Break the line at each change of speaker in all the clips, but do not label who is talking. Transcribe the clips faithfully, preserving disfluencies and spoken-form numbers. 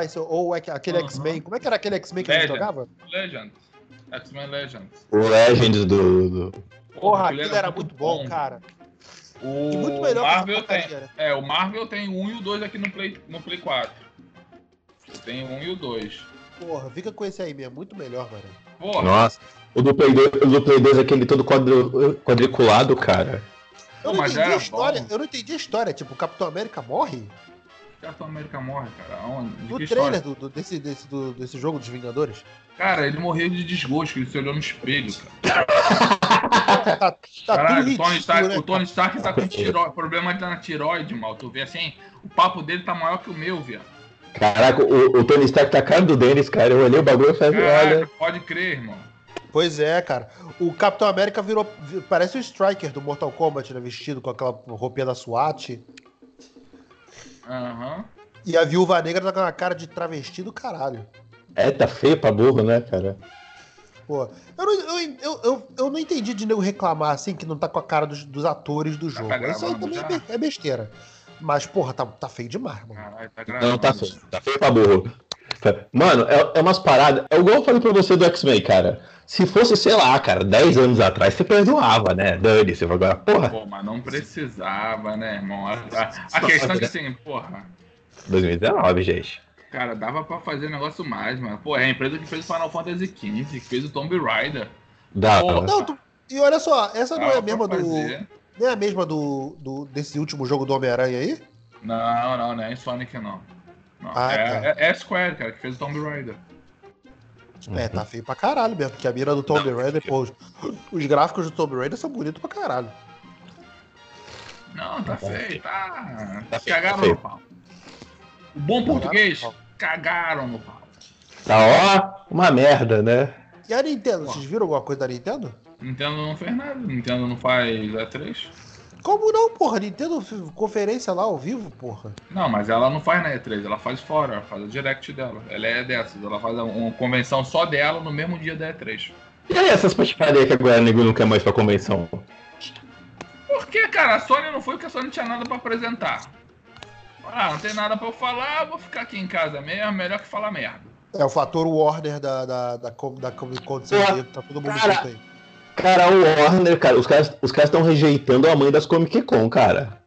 Sacrifice ou aquele uhum. X-Men. Como é que era aquele X-Men que Legend. a gente jogava?
Legend. X-Men Legends.
O Legends do... do...
Porra, aquilo era, era muito bom, bom, cara.
O
e muito melhor
Marvel que essa tem, né? É, o Marvel tem o um e o dois aqui no Play, no Play quatro. Tem o um e o dois.
Porra, fica com esse aí mesmo, muito melhor, mano.
Porra. Nossa, o do Play dois, o do Play dois aquele todo quadru, quadriculado, cara.
Eu não, entendi a história, bom. eu não entendi a história, tipo, o Capitão América morre?
O Capitão América morre, cara. Onde?
No trailer do, do, desse, desse, do, desse jogo dos Vingadores.
Cara, ele morreu de desgosto, ele se olhou no espelho, cara.
tá, tá
Caralho, o Tony Stark, né, o Tony Stark tá com tiro... problema tá na tiroide, mal. Tu vê assim, o papo dele tá maior que o meu, viado.
Caraca, o, o Tony Stark tá a cara do Dennis, cara. Eu olhei o bagulho e falei, olha...
Pode crer, irmão.
Pois é, cara. O Capitão América virou... Parece o Striker do Mortal Kombat, né? Vestido com aquela roupinha da SWAT.
Aham. Uhum.
E a Viúva Negra tá com uma cara de travesti do caralho.
É, tá feio pra burro, né, cara?
Pô, eu não, eu, eu, eu, eu não entendi de nego reclamar, assim, que não tá com a cara dos, dos atores do jogo. Tá Isso aí também é, é besteira. Mas, porra, tá, tá feio demais, mano.
Caralho, tá
não, tá feio. Tá feio pra burro. Mano, é, é umas paradas... É igual eu falei pra você do X-Men, cara. Se fosse, sei lá, cara, dez anos atrás, você perdoava, né? Dane-se, agora, porra.
Pô, mas não precisava, né, irmão? A, a, a questão é que, assim, porra...
dois mil e dezenove, gente.
Cara, dava pra fazer negócio mais, mano. Pô, é a empresa que fez o Final Fantasy quinze, que fez o Tomb Raider.
Dá.
Não, tu, e olha só, essa não é a mesma do... Não é a mesma do, do, desse último jogo do Homem-Aranha aí?
Não, não, não é Sonic, não. não.
Ah,
é,
tá.
é, é Square, cara, que fez o Tomb Raider.
É, tá feio pra caralho mesmo, porque a mira do Tomb não, Raider, pô, os, os gráficos do Tomb Raider são bonitos pra caralho.
Não, tá feio, tá... tá feio, cagaram tá no pau. O bom português, cagaram no pau.
Tá, ó, uma merda, né?
E a Nintendo, vocês viram alguma coisa da Nintendo?
Nintendo não fez nada, Nintendo não faz E três.
Como não, porra? Nintendo conferência lá ao vivo, porra.
Não, mas ela não faz na E três, ela faz fora, ela faz o direct dela. Ela é dessas, ela faz uma convenção só dela no mesmo dia da E três.
E aí, essas patifaria que agora o nego não quer mais pra convenção?
Porque, cara, a Sony não foi porque a Sony não tinha nada pra apresentar. Ah, não tem nada pra eu falar, vou ficar aqui em casa mesmo, melhor que falar merda.
É o fator Warner da, da, da, da Comic Con de San Diego, tá todo mundo junto aí.
Cara, o Warner, cara, os caras os caras estão rejeitando a mãe das Comic Con, cara.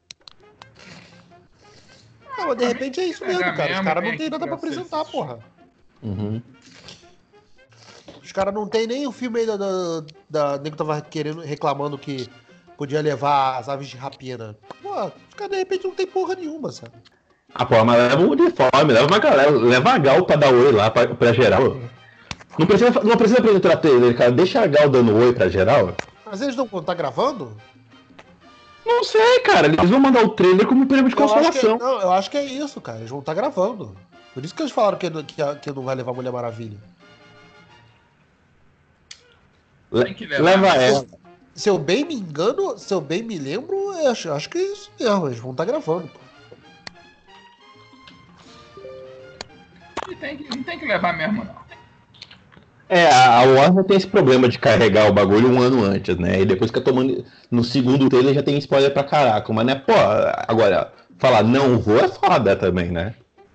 Não, mas de repente é isso mesmo, cara. Os caras não tem nada pra apresentar, porra.
Uhum.
Os caras não tem nem o filme aí da, da, da... Nego tava querendo, reclamando que podia levar as aves de rapina. Pô, os caras de repente não tem porra nenhuma, sabe?
Ah, pô, mas leva um uniforme, leva uma galera, leva a Gal pra dar oi lá pra, pra geral. Não precisa, não precisa apresentar a trailer, cara. Deixa a Gal dando oi pra geral.
Mas eles não vão estar gravando?
Não sei, cara. Eles vão mandar o trailer como prêmio de
eu
consolação.
Acho que, não, eu acho que é isso, cara. Eles vão estar gravando. Por isso que eles falaram que, que, que não vai levar a Mulher Maravilha.
Le leva ela.
Se eu bem me engano, se eu bem me lembro, eu acho, acho que é isso mesmo. Eles vão estar gravando, pô.
E tem que, não tem que levar mesmo, não.
É, a Warner tem esse problema de carregar o bagulho um ano antes, né? E depois fica tomando. No segundo trailer já tem spoiler pra caraca. Mas, né, pô, agora, falar não vou é foda também, né?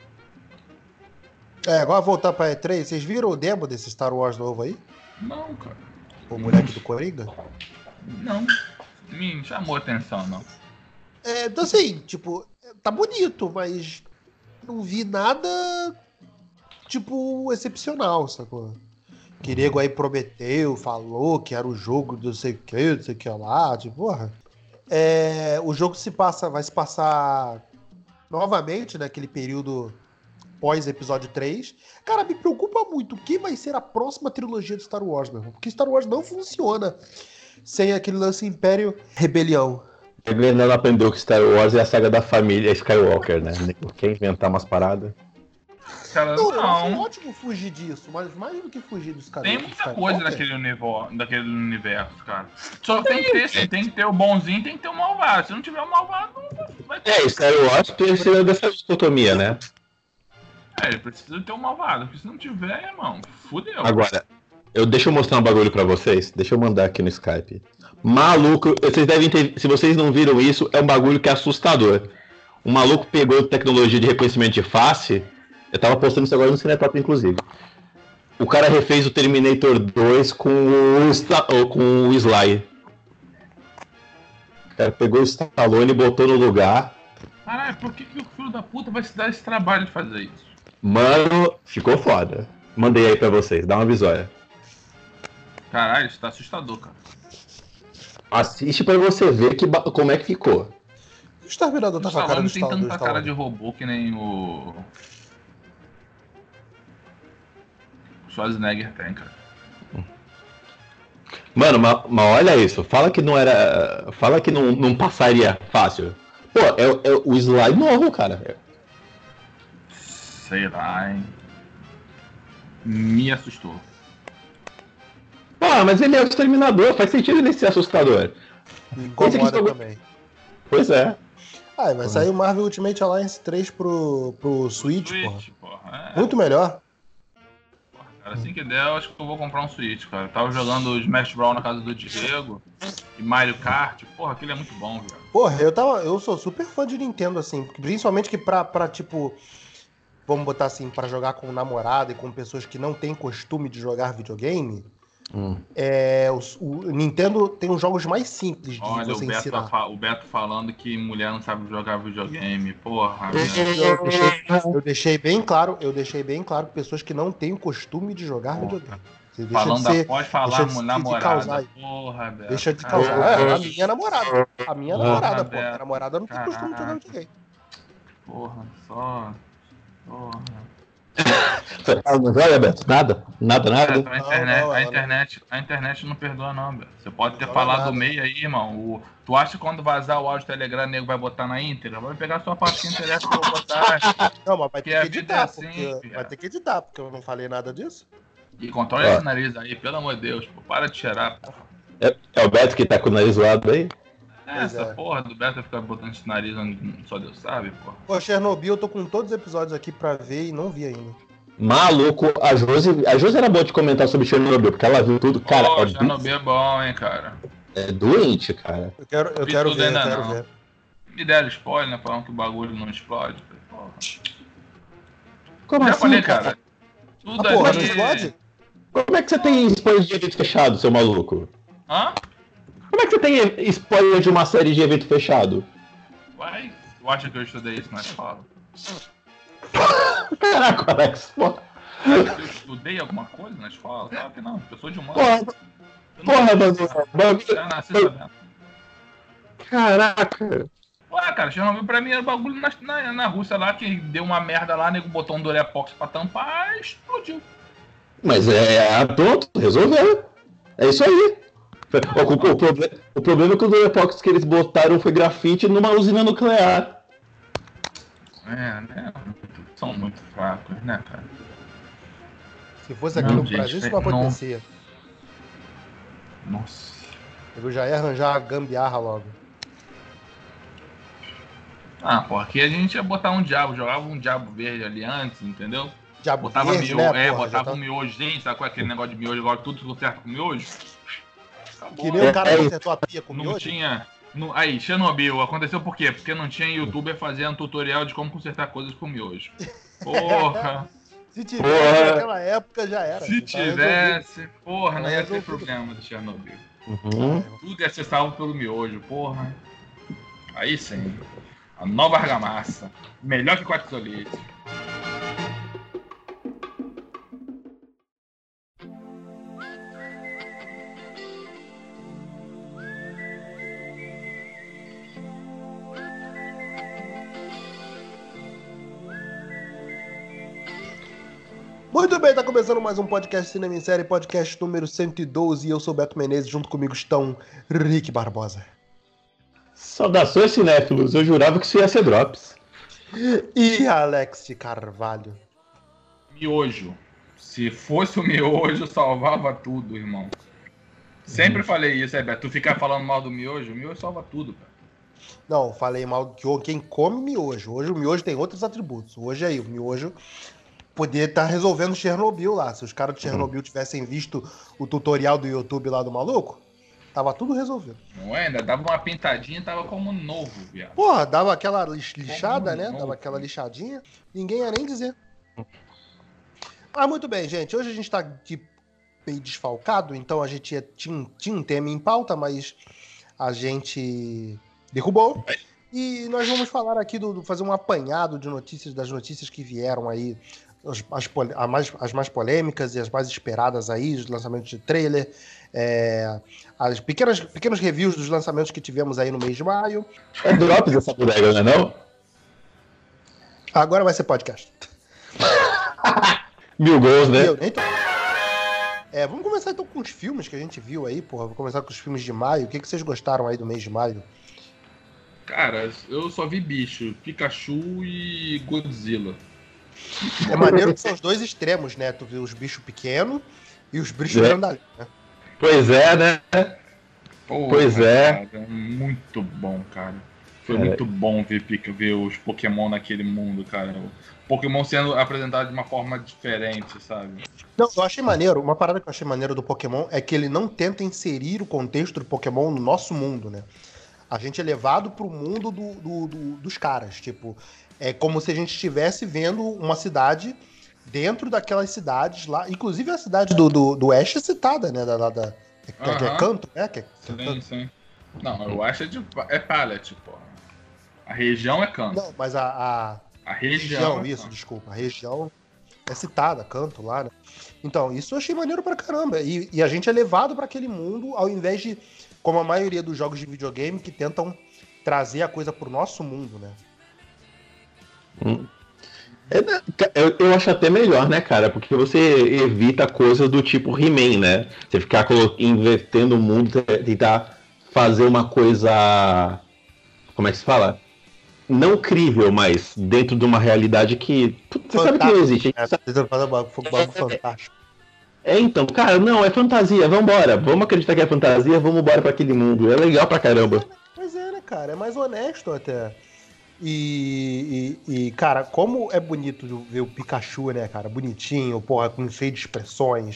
É, agora voltar pra E três, vocês viram o demo desse Star Wars novo aí?
Não, cara.
O moleque do Coringa?
Não. Me chamou atenção, não.
É, então assim, tipo, tá bonito, mas não vi nada, tipo, excepcional, sacou? Que nego aí prometeu, falou que era o jogo do não sei o que, não sei o que lá, tipo, porra. É, o jogo se passa, vai se passar novamente naquele período pós-episódio três. Cara, me preocupa muito o que vai ser a próxima trilogia de Star Wars, meu irmão. Porque Star Wars não funciona sem aquele lance Império Rebelião.
Ele ainda não aprendeu que Star Wars é a saga da família Skywalker, né? Quer inventar umas paradas.
Cara,
não,
não.
Eu acho ótimo fugir disso, mas mais do que fugir dos caras.
Tem muita coisa naquele universo, daquele universo, cara. Só tem que ter, sim, tem que ter o bonzinho, tem que ter o malvado. Se não tiver o malvado, não vai ter.
É, Star Wars precisa dessa dicotomia, né?
É, ele precisa ter o malvado, porque se não tiver, irmão, fudeu.
Agora, eu, deixa eu mostrar um bagulho pra vocês. Deixa eu mandar aqui no Skype. Maluco, vocês devem ter. Se vocês não viram isso, é um bagulho que é assustador. Um maluco pegou tecnologia de reconhecimento de face Eu tava postando isso agora no Cinetop, inclusive. O cara refez o Terminator dois com o, Sta- com o Sly. O cara pegou o Stallone e botou no lugar.
Caralho, por que, que o filho da puta vai se dar esse trabalho de fazer isso?
Mano, ficou foda. Mandei aí pra vocês, dá uma visória.
Caralho, isso tá assustador, cara.
Assiste pra você ver que, ba- como é que ficou.
O Exterminador
O
tá com a cara do
Stallone tem
Stallone.
tanta cara de robô que nem o... o Schwarzenegger tem, cara.
Mano, mas, mas olha isso. Fala que não era. Fala que não, não passaria fácil. Pô, é, é o Sly novo, cara.
Sei lá, hein. Me assustou.
Ah, mas ele é o Exterminador, faz sentido ele ser assustador.
Me
Esse aqui
incomoda
só-
também.
Pois é.
Ah, vai sair o Marvel Ultimate Alliance três pro, pro Switch, porra.
Switch, porra. É,
Muito melhor.
porra, cara, assim que der, eu acho que eu vou comprar um Switch, cara. Eu tava jogando Smash Bros na casa do Diego e Mario Kart. Porra, aquele é muito bom, velho.
Porra, eu, tava, eu sou super fã de Nintendo, assim. Principalmente que pra, pra tipo... Vamos botar assim, pra jogar com namorada e com pessoas que não têm costume de jogar videogame...
Hum.
É, o, o Nintendo tem os jogos mais simples de
Olha, o
você
Beto,
ensinar.
fa- o Beto falando que mulher não sabe jogar videogame. Porra, minha...
Eu deixei, eu deixei bem claro, eu deixei bem claro que pessoas que não têm o costume de jogar
Porra.
videogame. Você deixa
Falando
de ser,
após falar
deixa de- de
namorada.
causar.
Porra, Beto.
deixa de
caralho.
causar. É, a minha namorada. A minha
Porra,
namorada, pô.
Beto,
Minha namorada não tem costume de jogar
caraca.
videogame.
Porra, só. Porra.
Ah, não joga, Beto? Nada? Nada,
Cara,
nada?
a internet,
não,
a,
ela
internet, a internet não perdoa, não, Beto. Você pode ter
Não
falado
nada.
do meio aí, irmão. O, tu acha que quando vazar o áudio do Telegram, o nego vai botar na íntegra? Vai pegar a sua parte que interessa que eu vou botar.
Não, mas vai
Que
ter
a
que
vida
editar,
é assim,
porque.
viado.
Vai ter que editar, porque eu não falei nada disso.
E controle
Ó.
esse nariz aí, pelo amor de Deus. Pô, para de cheirar, porra.
É, é o Beto que tá com o nariz zoado aí?
Essa
é.
porra do Beto ficar botando esse nariz onde só Deus sabe, porra.
Pô, Chernobyl, eu tô com todos os episódios aqui pra ver e não vi ainda.
Maluco, a Josi, a Josi era boa de comentar sobre Chernobyl, porque ela viu tudo. Cara,
Pô,
é,
Chernobyl é bom, hein, cara.
é doente, cara.
Eu quero, eu
Vi
quero
tudo
ver, eu
ainda
quero
não.
ver.
Me deram spoiler, né? Falando que o bagulho não explode. Porra.
Como
Já
assim,
falei, cara. Tudo
Ah, porra,
ali...
não explode?
Como é que você tem spoiler de evento fechado, seu maluco?
Hã?
Como é que você tem spoiler de uma série de evento fechado?
Vai. Tu acha que eu estudei isso na escola?
Caraca, Alex, porra.
Eu estudei alguma coisa na escola? Claro que não. Eu sou de humano.
Porra,
Eu não
porra,
sei.
mano. bagulho-
Eu nasci sabendo.
Caraca.
Ué, cara, Chernobyl pra mim era bagulho na, na, na Rússia lá, que deu uma merda lá, nego botou um Durepox pra tampar e explodiu.
Mas é, pronto, resolveu. É isso aí. O, o, o proble- o problema é que o Durepox que eles botaram foi grafite numa usina nuclear.
É, né? São muito fracos, né, cara?
Se fosse aqui
Não,
no
gente,
Brasil, isso não
não.
acontecia.
Nossa.
Eu já ia arranjar a gambiarra logo.
Ah, pô, aqui a gente ia botar um diabo, jogava um diabo verde ali antes, entendeu?
Diabo
Botava
verde,
miojo,
né,
é,
porra, já
botava
tá-
um miojo, gente, sabe qual é aquele negócio de miojo, agora tudo ficou certo com miojo? Acabou.
Que nem o cara
É,
que
é
acertou a pia com
Não
miojo.
tinha. Não, aí, Chernobyl, aconteceu por quê? Porque não tinha youtuber fazendo tutorial de como consertar coisas com miojo. Porra!
Se tivesse
Porra.
naquela época, já era.
Se
Tá resolvido.
tivesse, porra, não
Tá
ia ter
resolvido.
problema de Chernobyl.
Uhum.
Tudo ia ser salvo pelo miojo, porra. Aí sim. A nova argamassa. Melhor que quatro solitos.
Muito bem, tá começando mais um podcast Cinema em Série, podcast número cento e doze, e eu sou o Beto Menezes, junto comigo estão Rick Barbosa.
Saudações, cinéfilos. Eu jurava que isso ia ser Drops.
E Alex de Carvalho.
Miojo. Se fosse o miojo, salvava tudo, irmão. Sempre falei isso, é, Beto. Tu ficar falando mal do miojo, o miojo salva tudo, cara.
Não, falei mal que quem come miojo. Hoje o miojo tem outros atributos. Hoje aí, o miojo poderia estar resolvendo Chernobyl lá. Se os caras de Chernobyl tivessem visto o tutorial do YouTube lá do maluco, tava tudo resolvido.
Não é? Ainda dava uma pintadinha e tava como novo, viado.
Porra, dava aquela lix- lixada,
Como
né?
não,
Dava aquela
filho?
lixadinha, ninguém ia nem dizer. Ah, muito bem, gente. Hoje a gente tá aqui meio desfalcado, então a gente ia- tinha, tinha um tema em pauta, mas a gente derrubou. E nós vamos falar aqui, do, do- fazer um apanhado de notícias, das notícias que vieram aí, as, as, pole- a mais, as mais polêmicas e as mais esperadas aí, os lançamentos de trailer, é, as pequenas, pequenos reviews dos lançamentos que tivemos aí no mês de maio.
É Drops essa bodega, não é não?
Agora vai ser podcast.
Mil gols, né?
Eu nem tô- É, vamos começar então com os filmes que a gente viu aí, porra. Vou começar com os filmes de maio. O que, que vocês gostaram aí do mês de maio?
Cara, eu só vi bicho, Pikachu e Godzilla.
É maneiro que são os dois extremos, né? Tu vê os bichos pequenos e os bichos
É.
grandalhões, né?
Pois é, né?
Porra,
Pois é.
Cara, muito bom, cara. Foi
É.
muito bom ver, Pika- ver os Pokémon naquele mundo, cara. O Pokémon sendo apresentado de uma forma diferente, sabe?
Não, eu achei maneiro. Uma parada que eu achei maneiro do Pokémon é que ele não tenta inserir o contexto do Pokémon no nosso mundo, né? A gente é levado pro mundo do, do- do- dos caras. Tipo, é como se a gente estivesse vendo uma cidade dentro daquelas cidades lá. Inclusive a cidade do, do, do Ash é citada, né? Da, da, da- que é- que é
Aham.
canto, né? Que é, que é
Sim,
canto.
sim. Não, eu acho é de é pallet, porra. A região é canto.
Não, mas a, a
A
região,
região. é
isso,
canto.
desculpa. A região é citada, canto lá, né? Então, isso eu achei maneiro pra caramba. E, e a gente é levado pra aquele mundo ao invés de, como a maioria dos jogos de videogame, que tentam trazer a coisa pro nosso mundo, né?
É, né, Eu, eu acho até melhor, né, cara? Porque você evita coisas do tipo He-Man, né? Você ficar colo- invertendo o mundo, te- tentar fazer uma coisa. Como é que se fala? Não crível, mas dentro de uma realidade que. putz, Você sabe que não existe.
É, tentando fazer um bagulho bagulho fantástico.
É, então, cara, não, é fantasia, vambora. Vamos acreditar que é fantasia, vamos embora pra aquele mundo. É legal pra caramba.
Mas é, né, cara? É mais honesto até. E, e- e, cara, como é bonito ver o Pikachu, né, cara? Bonitinho, porra, com cheio de expressões.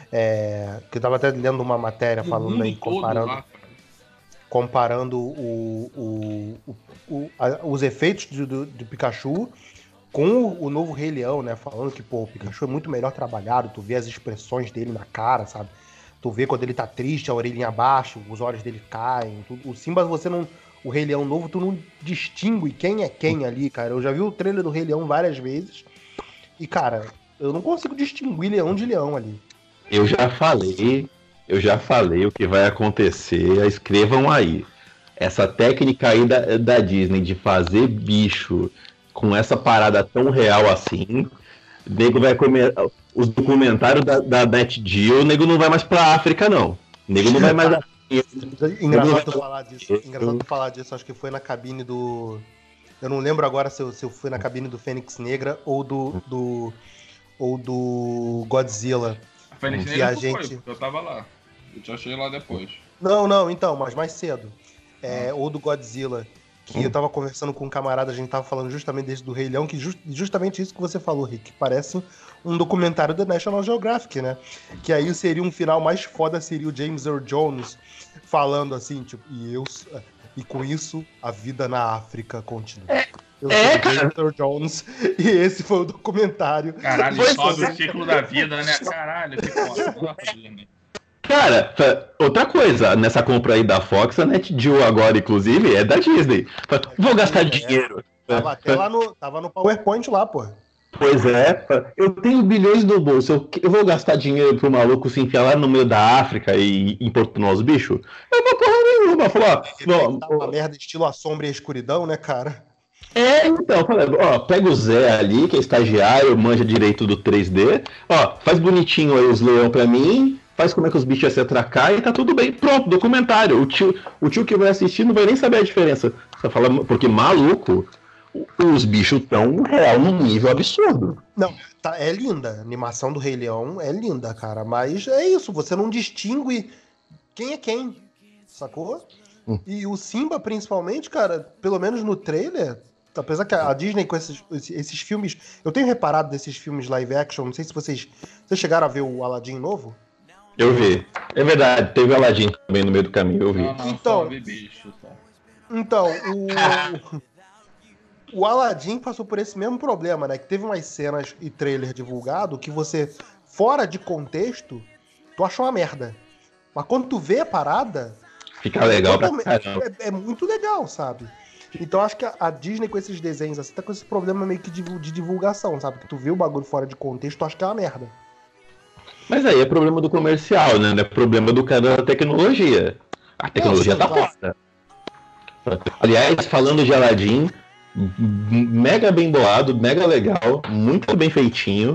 É, que eu tava até lendo uma matéria
O
falando
mundo
aí,
todo
comparando.
lá, cara.
comparando o, o- o- o- a- os efeitos do, do- do Pikachu com o, o novo Rei Leão, né? Falando que, pô, o Pikachu é muito melhor trabalhado, tu vê as expressões dele na cara, sabe? Tu vê quando ele tá triste, a orelhinha abaixo, os olhos dele caem. tudo. O Simba, você não. O Rei Leão novo, tu não distingue quem é quem ali, cara. Eu já vi o trailer do Rei Leão várias vezes. E, cara, eu não consigo distinguir leão de leão ali.
Eu já falei, eu já falei o que vai acontecer, escrevam aí. Essa técnica aí da, da Disney de fazer bicho com essa parada tão real assim, o nego vai comer. Os documentários da, da Net Geo, o nego não vai mais pra África, não. O nego não vai mais.
Engraçado tu falar disso. Engraçado tu falar disso. Acho que foi na cabine do. Eu não lembro agora se eu, se eu fui na cabine do Fênix Negra ou do. do ou do Godzilla.
A Fênix
Que
Negra
a
tu
gente-
foi, porque eu tava lá. Eu te achei lá depois.
Não, não, então, mas mais cedo. É, ou do Godzilla. Que eu tava conversando com um camarada, a gente tava falando justamente desse do Rei Leão, que just- justamente isso que você falou, Rick. Parece um documentário da National Geographic, né? Que aí seria um final mais foda, seria o James Earl Jones falando assim, tipo, e eu. E com isso, a vida na África continua. Eu sou
é,
o James Earl Jones, e esse foi o documentário.
Caralho,
Pois
sobe
é.
o ciclo da vida, né? Caralho, que foda. Não dá pra Disney.
Cara, fa- outra coisa, nessa compra aí da Fox, a Net Geo agora, inclusive, é da Disney. Fa- Vou gastar dinheiro.
Tava até lá no, tava no PowerPoint lá, pô.
Pois é, fa- eu tenho bilhões no bolso, eu, eu vou gastar dinheiro pro maluco se enfiar lá no meio da África e importunar os bichos? Eu não porra nenhuma. Falar, ó,
Tá uma merda estilo A Sombra e a Escuridão, né, cara?
é, então, eu falei, ó, pega o Zé ali, que é estagiário, manja direito do três D, ó, faz bonitinho aí os leão pra mim, faz como é que os bichos iam se atracar e tá tudo bem. Pronto, documentário. O tio, o tio que vai assistir não vai nem saber a diferença. Você fala, porque maluco, os bichos tão real num nível absurdo.
Não, tá, é linda. A animação do Rei Leão é linda, cara. Mas é isso, você não distingue quem é quem, sacou?
Hum.
E o Simba, principalmente, cara, pelo menos no trailer, apesar que a Disney com esses, esses, esses filmes... Eu tenho reparado desses filmes live action, não sei se vocês... Vocês chegaram a ver o Aladdin novo?
Eu vi. É verdade, teve o Aladdin também no meio do caminho, eu vi.
Não, não,
Então-
só vi bicho, só.
Então, o... O Aladdin passou por esse mesmo problema, né? Que teve umas cenas e trailer divulgado que você, fora de contexto, tu achou uma merda. Mas quando tu vê a parada,
Fica legal pra
totalmente-
caramba.
é, é muito legal, sabe? Então acho que a, a Disney com esses desenhos assim tá com esse problema meio que de, de divulgação, sabe? Que tu vê o bagulho fora de contexto, tu acha que é uma merda.
Mas aí é problema do comercial, né? Não é problema do cara da tecnologia. A tecnologia
sim,
tá
claro.
foda. Aliás, falando de Aladdin, m- mega bem bolado, mega legal, muito bem feitinho.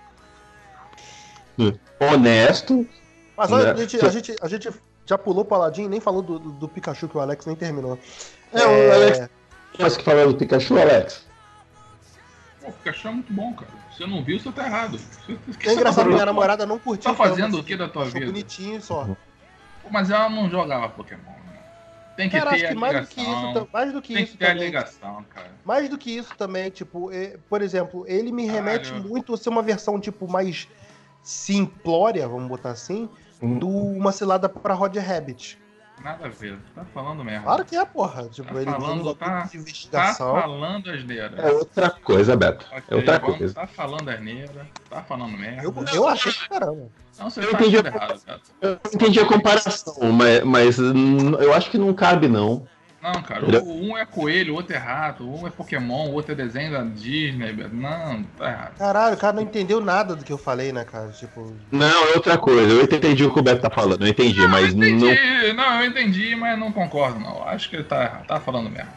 Honesto.
Mas olha,
Né?
a, gente, a, gente, a gente já pulou pro Aladdin e nem falou do, do, do Pikachu, que o Alex nem terminou.
É, o Alex. Mas que falou do Pikachu, Alex?
Pô, o Pikachu é muito bom, cara. Você não viu, você tá errado. Você, você
É engraçado,
tá
minha
fazendo?
namorada não curtiu.
Tá fazendo
tanto,
o que da tua
achou
vida?
bonitinho só.
Pô, mas ela não jogava Pokémon, né? Tem que
Cara,
ter
acho
a
que mais do que
ligação.
isso, tam- mais do que
Tem
isso
que ter a
também.
ligação, cara.
Mais do que isso também, tipo, é, por exemplo, ele me remete
Caralho.
muito a ser uma versão, tipo, mais simplória, vamos botar assim, do Uma Cilada pra Roger Rabbit.
Nada a ver. Tá falando merda.
Claro que é, porra. Tipo,
Tá
ele
falando,
tem um bagulho
tá-
de
Tá
investigação.
falando asneira.
É outra coisa, Beto.
Ok,
É outra
vamos,
coisa.
Tá falando asneira. Tá falando merda.
Eu, eu achei que caramba.
Não, você
Eu
tá
entendi
achando
a-
errado, cara.
Eu entendi a comparação, mas, mas hum, eu acho que não cabe, não.
Não, cara, o, um é coelho, o outro é rato, um é Pokémon, o outro é desenho da Disney, velho. Não, tá errado.
Caralho, o cara não entendeu nada do que eu falei, né, cara? Tipo,
Não, é outra coisa. Eu entendi o que o Beto tá falando, eu entendi, mas
Eu
não.
entendi, não, eu entendi, mas não concordo, não. Acho que ele tá errado, tá falando merda.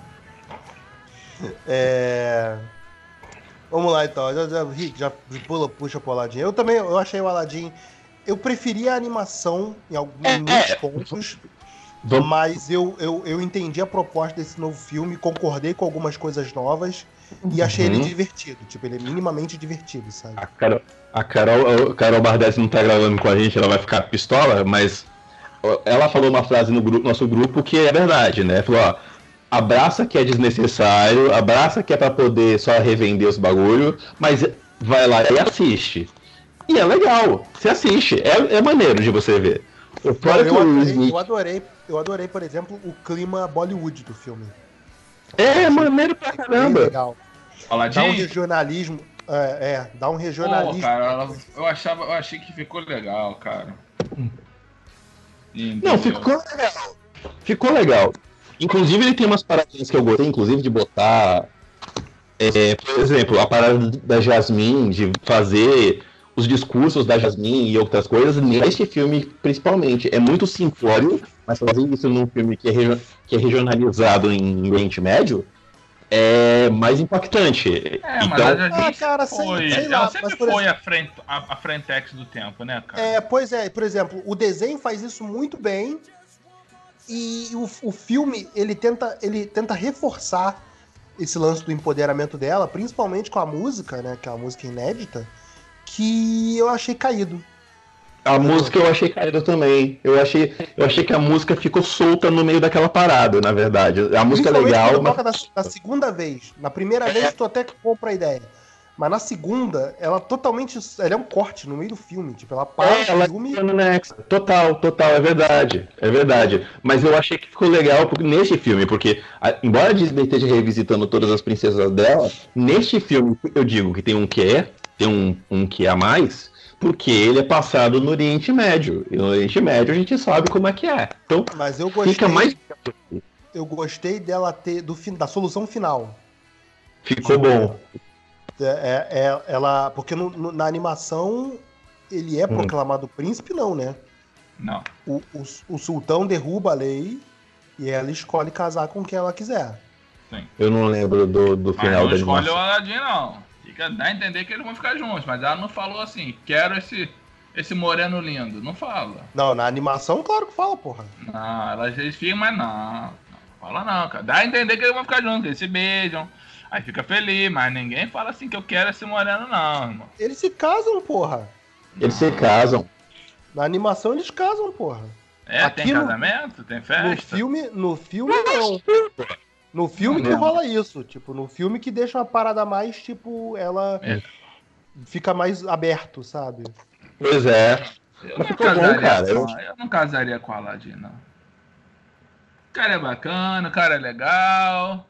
é... Vamos lá, então. Já, já, Rick, já pula, puxa pro Aladdin. Eu também, eu achei o Aladdin... Eu preferia a animação em alguns
É,
muitos
é.
pontos,
Vamos-
mas eu, eu, eu entendi a proposta desse novo filme, concordei com algumas coisas novas e achei ele
Uhum.
divertido. Tipo, ele é minimamente divertido, sabe?
A Carol, a Carol, a Carol Bardessi não tá gravando com a gente, ela vai ficar pistola, mas ela falou uma frase no grupo, nosso grupo que é verdade, né? Falou, ó, abraça que é desnecessário, abraça que é pra poder só revender os bagulho, mas vai lá e assiste. E é legal, você assiste, é, é maneiro de você ver.
Não,
Fora que
eu,
o
adorei,
Smith-
eu adorei, eu adorei, por exemplo, o clima Bollywood do filme.
É maneiro pra
Bem
caramba.
legal. Dá um
Aladdin?
regionalismo. É, é, dá um
Pô,
regionalismo.
cara, ela- eu achava, eu achei que ficou legal, cara. Entendeu?
Não, ficou legal. Ficou legal. Inclusive, ele tem umas paradinhas que eu gostei, inclusive, de botar. é, por exemplo, a parada da Jasmine, de fazer os discursos da Jasmine e outras coisas, neste filme, principalmente. É muito simplório, mas fazer isso num filme que é, regio- que é regionalizado em Oriente Médio é mais impactante.
É, mas
então,
a Jasmine
Ah, cara, sei-
foi,
sei
ela
lá,
sempre
mas, por
foi a, frente, a, a frentex do tempo, né, cara?
É, pois é, por exemplo, o desenho faz isso muito bem e o, o filme, ele tenta, ele tenta reforçar esse lance do empoderamento dela, principalmente com a música, né, que é uma música inédita, que eu achei caído.
a música eu achei caída também. Eu achei, eu achei que a música ficou solta no meio daquela parada, na verdade. A música é
Principalmente
legal,
quando
mas.
toca da, da segunda vez. Na primeira vez tu até que compra a ideia. Mas na segunda, ela totalmente. Ela é um corte no meio do filme. Tipo, ela para
É, ela
o filme.
tá no Next. Total, total, é verdade. É verdade. Mas eu achei que ficou legal porque, nesse filme, porque, a- embora a Disney esteja revisitando todas as princesas dela, neste filme eu digo que tem um que é, tem um, um que é a mais, porque ele é passado no Oriente Médio. E no Oriente Médio a gente sabe como é que é. Então
Mas eu gostei.
fica mais.
Eu gostei dela ter. Do, fin- da solução final.
Ficou bom.
É, é- é- ela. Porque no- no- na animação ele é
Hum.
proclamado príncipe, não, né?
Não.
O, o, o sultão derruba a lei e ela escolhe casar com quem ela quiser.
Eu não lembro do, do
Mas
final
não
da
escolhe o
animação.
Aladdin, não. Fica, dá a entender que eles vão ficar juntos, mas ela não falou assim, quero esse, esse moreno lindo. Não fala.
Não, na animação, claro que fala, porra.
Não, elas eles ficam, mas não. Não fala não, cara. Dá a entender que eles vão ficar juntos, que eles se beijam. Aí fica feliz, mas ninguém fala assim que eu quero esse moreno, não, irmão.
Eles se casam, porra.
Eles se casam.
Na animação eles casam, porra.
É,
Aqui
tem
no-
casamento, tem
No
festa.
filme, no filme não. No filme que
Não.
rola isso. Tipo, no filme que deixa uma parada mais, tipo, ela
É.
fica mais aberto, sabe?
Pois é.
Eu
Mas
não
ficou bom,
casaria
cara.
com, eu não casaria com a Aladdin, não. O cara é bacana, o cara é legal.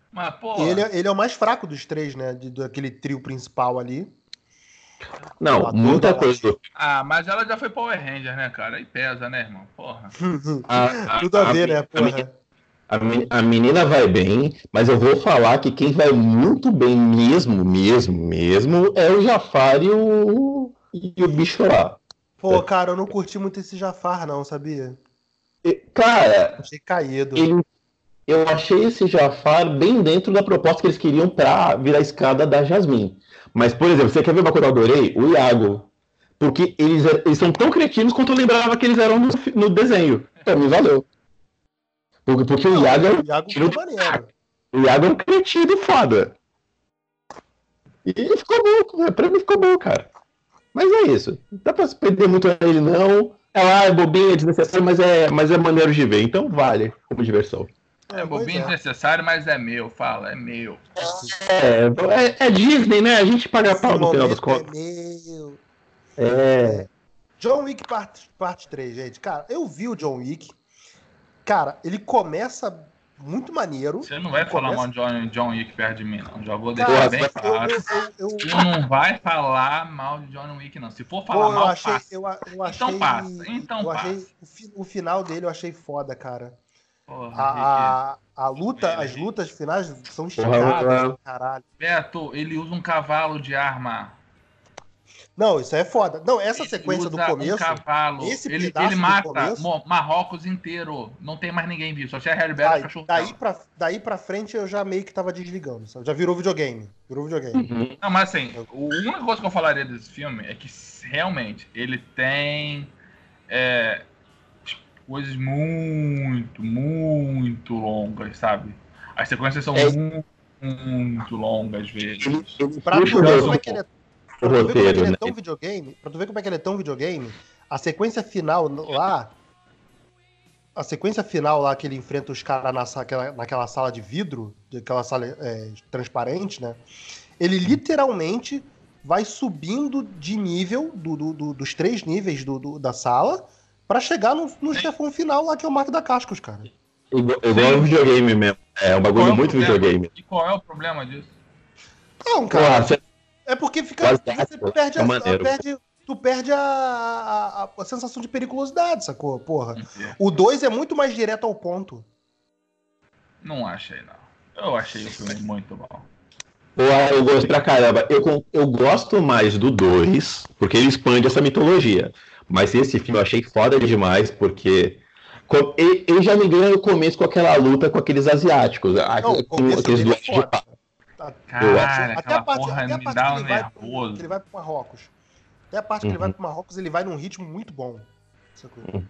Mas, pô.
Ele, é- ele é o mais fraco dos três, né? De, daquele trio principal ali.
Não,
Ela
muita
toda-
coisa. do-
Ah, mas ela já foi Power Ranger, né, cara? Aí pesa, né, irmão? Porra.
A,
Tudo a
a-
ver, né,
a-
porra?
A, men- a menina vai bem, mas eu vou falar que quem vai muito bem mesmo, mesmo, mesmo, é o Jafar e o, e o bicho lá.
Pô, cara, eu não curti muito esse Jafar, não, sabia?
E, cara,
Achei caído.
ele, eu achei esse Jafar bem dentro da proposta que eles queriam pra virar a escada da Jasmine. Mas, por exemplo, você quer ver uma coisa que eu adorei? O Iago. Porque eles, eles são tão cretinos quanto eu lembrava que eles eram no, no desenho. Pra mim, valeu. Porque, porque
Não,
o Iago é
o
um
Iago
tiro
ficou
de
maneiro.
O Iago é um cretino foda. E ficou bom, pra mim ficou bom, cara. Mas é isso. Não dá pra se perder muito nele, não. É lá, é bobinho, é desnecessário, mas é, mas é maneiro de ver. Então vale como diversão.
É
pois
bobinho
é.
desnecessário, mas é meu, fala, é meu.
É, é, é Disney, né? A gente paga
Esse
pau no final das
momento é
contas.
meu.
É.
John Wick parte, parte três, gente. Cara, eu vi o John Wick. Cara, ele começa muito maneiro.
Você não vai
Ele
falar
começa-
mal de John, John Wick perto de mim, não. Já vou deixar
Cara,
bem
eu,
claro.
eu, eu, eu,
Tu não vai falar mal de John Wick, não. Se for falar
pô, eu
mal,
achei,
passa.
eu, a- eu achei,
Então passa, então
eu achei
passa.
o, fi- o final dele eu achei foda, cara.
Porra, Rick.
A, a, a luta,
Ele-
as lutas finais são esticadas,
Porra,
caralho.
Beto, ele usa um cavalo de arma.
Não, isso é foda. Não, essa
Ele
sequência do
usa
começo,
um cavalo.
esse
ele,
pedaço
ele
do
mata
começo-
Mo- Marrocos inteiro. Não tem mais ninguém vivo. Só tinha Harry Bell e
daí,
cachorro.
daí, pra, daí pra frente eu já meio que tava desligando, sabe? Já virou videogame. Virou videogame.
Uhum.
Não, mas assim, a única coisa que eu falaria desse filme é que realmente ele tem é, coisas muito, muito longas, sabe? As sequências são
É.
muito, muito longas, às vezes.
Ele, ele
Pra tu
puxa
ver
o
como é que ele é,
o
pra tu ver como é que
roteiro,
ele é
né?
tão videogame, pra tu ver como é que ele é tão videogame, a sequência final lá, a sequência final lá que ele enfrenta os caras na, sa- aquela- naquela sala de vidro, aquela sala é, transparente, né? Ele literalmente vai subindo de nível do, do- do- dos três níveis do- do- da sala pra chegar no, no chefão final lá que é o Marco da Cascos, cara.
Igual, igual um videogame mesmo. É um
Qual
bagulho
é o
muito
problema?
videogame.
E qual é o problema disso?
Não,
Porra,
cara.
você-
É porque fica.
Quase
Você
pô,
perde,
é
a,
maneiro.
perde Tu perde a, a, a sensação de periculosidade, sacou? Porra. O dois é muito mais direto ao ponto.
Não achei, não. Eu achei o filme muito bom.
Porra, eu gosto pra caramba. Eu, con- eu gosto mais do dois, porque ele expande essa mitologia. Mas esse filme eu achei foda demais, porque co- ele, ele já me ganha no começo com aquela luta com aqueles asiáticos. a-
Não, o
com
começo
aqueles
dele é
duelos de
foda.
pá.
Tá-
Cara,
até
aquela
a parte,
porra
até a
me
parte
dá
que
um
ele vai, pro-
nervoso.
que ele vai pro Marrocos. Até a parte que ele
Uhum.
vai pro Marrocos, ele vai num ritmo muito bom. Sacou?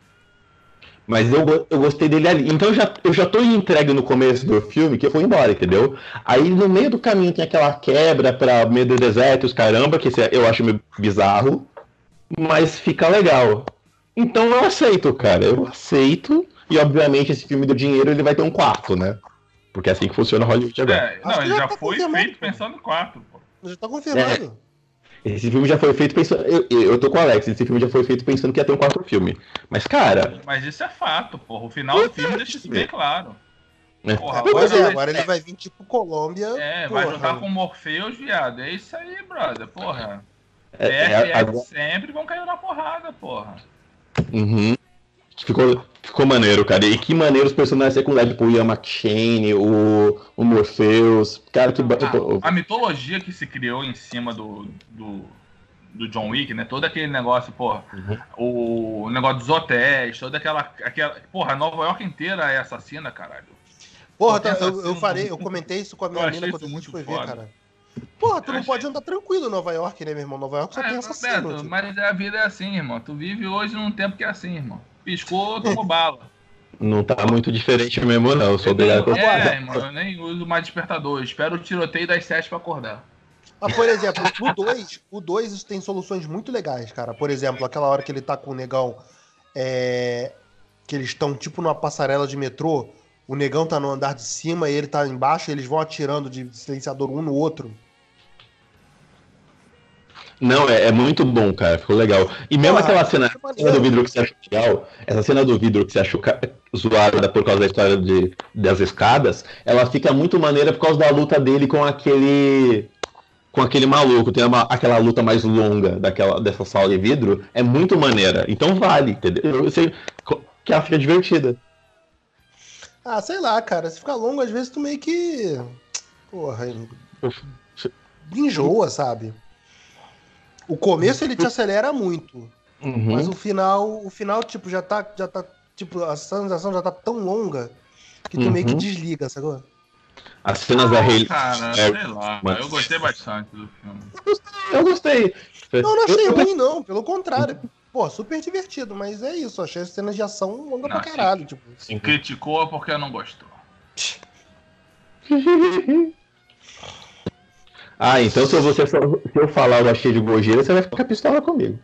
Mas eu, go- eu gostei dele ali. Então eu já, eu já tô entregue no começo do filme que eu vou embora, entendeu? Aí no meio do caminho tem aquela quebra pra meio do deserto, os caramba, que esse é- eu acho meio bizarro, mas fica legal. Então eu aceito, cara. Eu aceito. E obviamente esse filme do dinheiro ele vai ter um quarto, né? Porque é assim que funciona Hollywood agora.
É, não,
Acho que
ele
já
já
tá
foi
confirmado,
feito
pô.
pensando em quatro, pô.
Já tá confirmado.
Esse filme já foi feito pensando. Eu, eu tô com o Alex, esse filme já foi feito pensando que ia ter um quarto filme. Mas, cara.
Mas isso é fato, porra. O final do filme deixa isso bem claro.
É.
Porra,
Pois é,
vai-
agora ele vai vir tipo Colômbia.
É,
porra.
vai jogar com Morpheus, viado. É isso aí, brother, porra.
É,
F
é,
F
agora-
sempre vão cair na porrada, porra.
Uhum. Ficou, ficou maneiro, cara. E que maneiro os personagens secundários, tipo o Ian McShane, o, o Morpheus. Cara, que. ba- pô,
A, a mitologia que se criou em cima do, do, do John Wick, né? Todo aquele negócio, porra. O, o negócio dos hotéis, toda aquela, aquela. Porra, Nova York inteira é assassina, caralho.
Porra,
Só tem
tá- eu,
assassino
eu falei, eu
muito-
comentei isso com a
Eu
minha
achei
mina quando
isso
a gente
muito
foi ver,
foda.
cara. Porra, tu
Eu
não
achei-
pode andar tranquilo em Nova York, né, meu irmão? Nova York só tem
É,
assassino.
Beto,
tipo.
mas a vida é assim, irmão. Tu vive hoje num tempo que é assim, irmão. Piscou, tomou bala.
Não tá muito diferente mesmo, não. Eu sou obrigado a concordar.
É, irmão, eu nem uso mais despertador. Espero o tiroteio das sete pra acordar.
Mas, por exemplo, o dois, o dois tem soluções muito legais, cara. Por exemplo, aquela hora que ele tá com o negão, é, que eles estão tipo numa passarela de metrô, o negão tá no andar de cima e ele tá embaixo, e eles vão atirando de silenciador um no outro.
Não, é, é muito bom, cara. Ficou legal. E mesmo
Porra,
aquela cena,
que
cena do
maneiro.
vidro que você achou legal, essa cena do vidro que você achou ca- zoada por causa da história de, das escadas, ela fica muito maneira por causa da luta dele com aquele. Com aquele maluco. Tem uma, aquela luta mais longa daquela, dessa sala de vidro. É muito maneira. Então vale, entendeu? Eu sei que ela fica divertida.
Ah, sei lá, cara. Se ficar longo, às vezes tu meio que. Porra, enjoa, sabe? O começo ele te acelera muito.
Uhum.
Mas o final, o final, tipo, já tá. Já tá tipo, a sensação já tá tão longa que tu
Uhum.
meio que desliga, sacou?
As cenas da Hayley.
Cara,
é,
sei lá,
mas-
eu gostei bastante do filme.
Eu gostei.
Não, não achei
Eu- eu-
ruim, não. Pelo contrário. Pô, super divertido, mas é isso. Achei as cenas de ação longa
Não,
pra caralho. Tipo.
Se criticou é porque não gostou.
Ah, então se, você, se eu falar eu achei de Gojira, você vai ficar pistola comigo.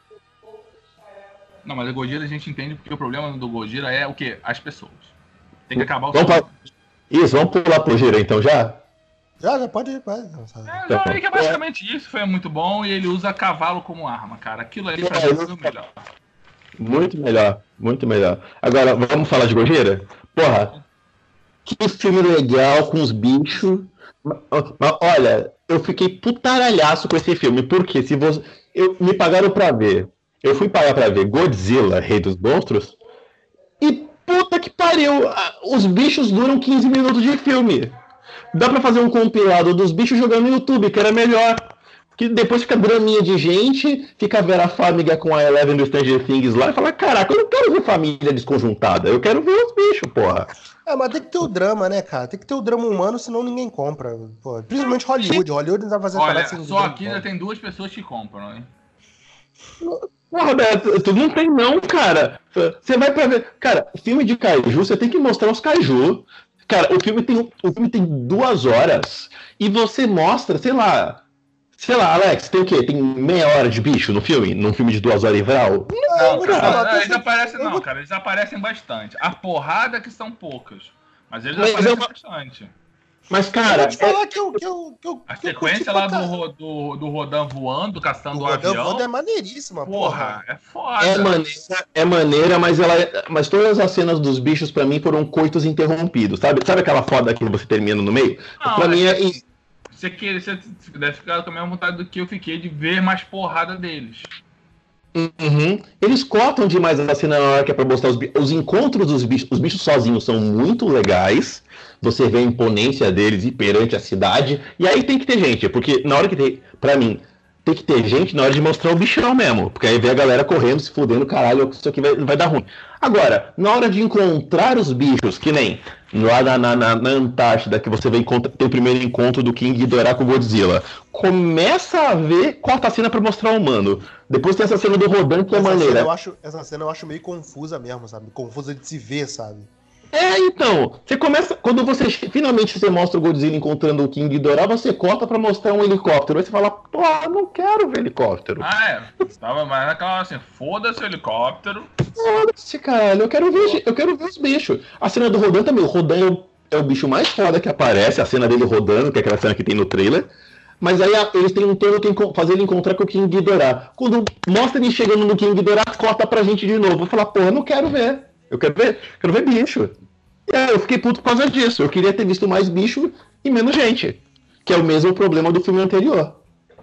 Não, mas a Gojira a gente entende porque o problema do Gojira é o quê? As pessoas. Tem que acabar o
Vamos
filme.
pra... Isso, vamos pular pro Gira então já?
Já, já pode ir, vai. Sabe?
É, já vi que é basicamente isso, foi muito bom e ele usa cavalo como arma, cara. Aquilo ali pra
É,
mim foi o melhor.
Muito melhor, muito melhor. Agora, vamos falar de Gojira? Porra, que filme legal com os bichos. Mas, olha, eu fiquei putaralhaço com esse filme, porque se você. Eu, me pagaram pra ver. Eu fui pagar pra ver Godzilla, Rei dos Monstros, e puta que pariu! Os bichos duram quinze minutos de filme. Dá pra fazer um compilado dos bichos jogando no YouTube, que era melhor. Que depois fica draminha de gente, fica a Vera Farmiga com a Eleven do Stranger Things lá e fala: caraca, eu não quero ver família desconjuntada, eu quero ver os bichos, porra.
É, mas tem que ter o drama, né, cara? Tem que ter o drama humano, senão ninguém compra. Pô, principalmente Hollywood. Hollywood não tá fazendo
Olha,
parada sem
só
drama
aqui
humano.
ainda tem duas pessoas que compram, hein?
Porra, Beto, tu não tem não, cara. Você vai pra ver. Cara, filme de kaiju, você tem que mostrar os kaiju. Cara, o filme tem, o filme tem duas horas e você mostra, sei lá. Sei lá, Alex, tem o quê? Tem meia hora de bicho no filme? Num filme de duas horas e vral?
Não,
vou te
cara,
falar,
não,
tô
eles
sem-
aparecem,
eu
não,
vou-
cara, eles aparecem bastante. A porrada que são poucas. Mas eles
Mas
aparecem
é uma-
bastante.
Mas,
Eu
cara,
vou te falar que eu, que eu, que eu,
A
que eu curti
sequência
pra
lá do,
caralho.
Ro- do, do Rodan voando, caçando
O
o
Rodan
avião.
Voando é maneiríssima,
Porra,
porra.
é foda.
é, é maneira, é maneira, mas ela, é- mas todas as cenas dos bichos pra mim foram coitos interrompidos, sabe? Sabe aquela foda que você termina no meio?
Não,
pra
é
mim é
que- Você, quer, você deve ficar com a mesma vontade do que eu fiquei de ver mais porrada deles.
Uhum. Eles cortam demais a cena na hora que é pra mostrar os bichos. Os encontros dos bichos, os bichos sozinhos são muito legais. Você vê a imponência deles e perante a cidade. E aí tem que ter gente, porque na hora que tem. Pra mim, tem que ter gente na hora de mostrar o bichão mesmo. Porque aí vê a galera correndo, se fudendo, caralho, isso aqui vai, vai dar ruim. Agora, na hora de encontrar os bichos, que nem lá na, na, na, na Antártida, que você vê encontra, tem o primeiro encontro do King Ghidorah com o Godzilla. Começa a ver, corta a cena pra mostrar o humano. Depois tem essa cena do Rodan, que é
Essa cena,
maneira.
eu acho, essa cena eu acho meio confusa mesmo, sabe? Confusa de se ver, sabe?
É, então, você começa, quando você finalmente você mostra o Godzilla encontrando o King Ghidorah, você corta pra mostrar um helicóptero. Aí você fala, pô, não quero ver helicóptero.
Ah, é. Tava mais naquela assim, foda-se o helicóptero.
Foda-se, caralho, eu quero ver, eu quero ver os bichos. A cena do Rodan também, o Rodan é o, é o bicho mais foda que aparece, a cena dele rodando, que é aquela cena que tem no trailer. Mas aí a, eles têm um plano que fazer ele encontrar com o King Ghidorah. Quando mostra ele chegando no King Ghidorah, corta pra gente de novo. Eu falo, porra, eu não quero ver. Eu quero ver, quero ver bicho. E aí eu fiquei puto por causa disso. Eu queria ter visto mais bicho e menos gente. Que é o mesmo problema do filme anterior.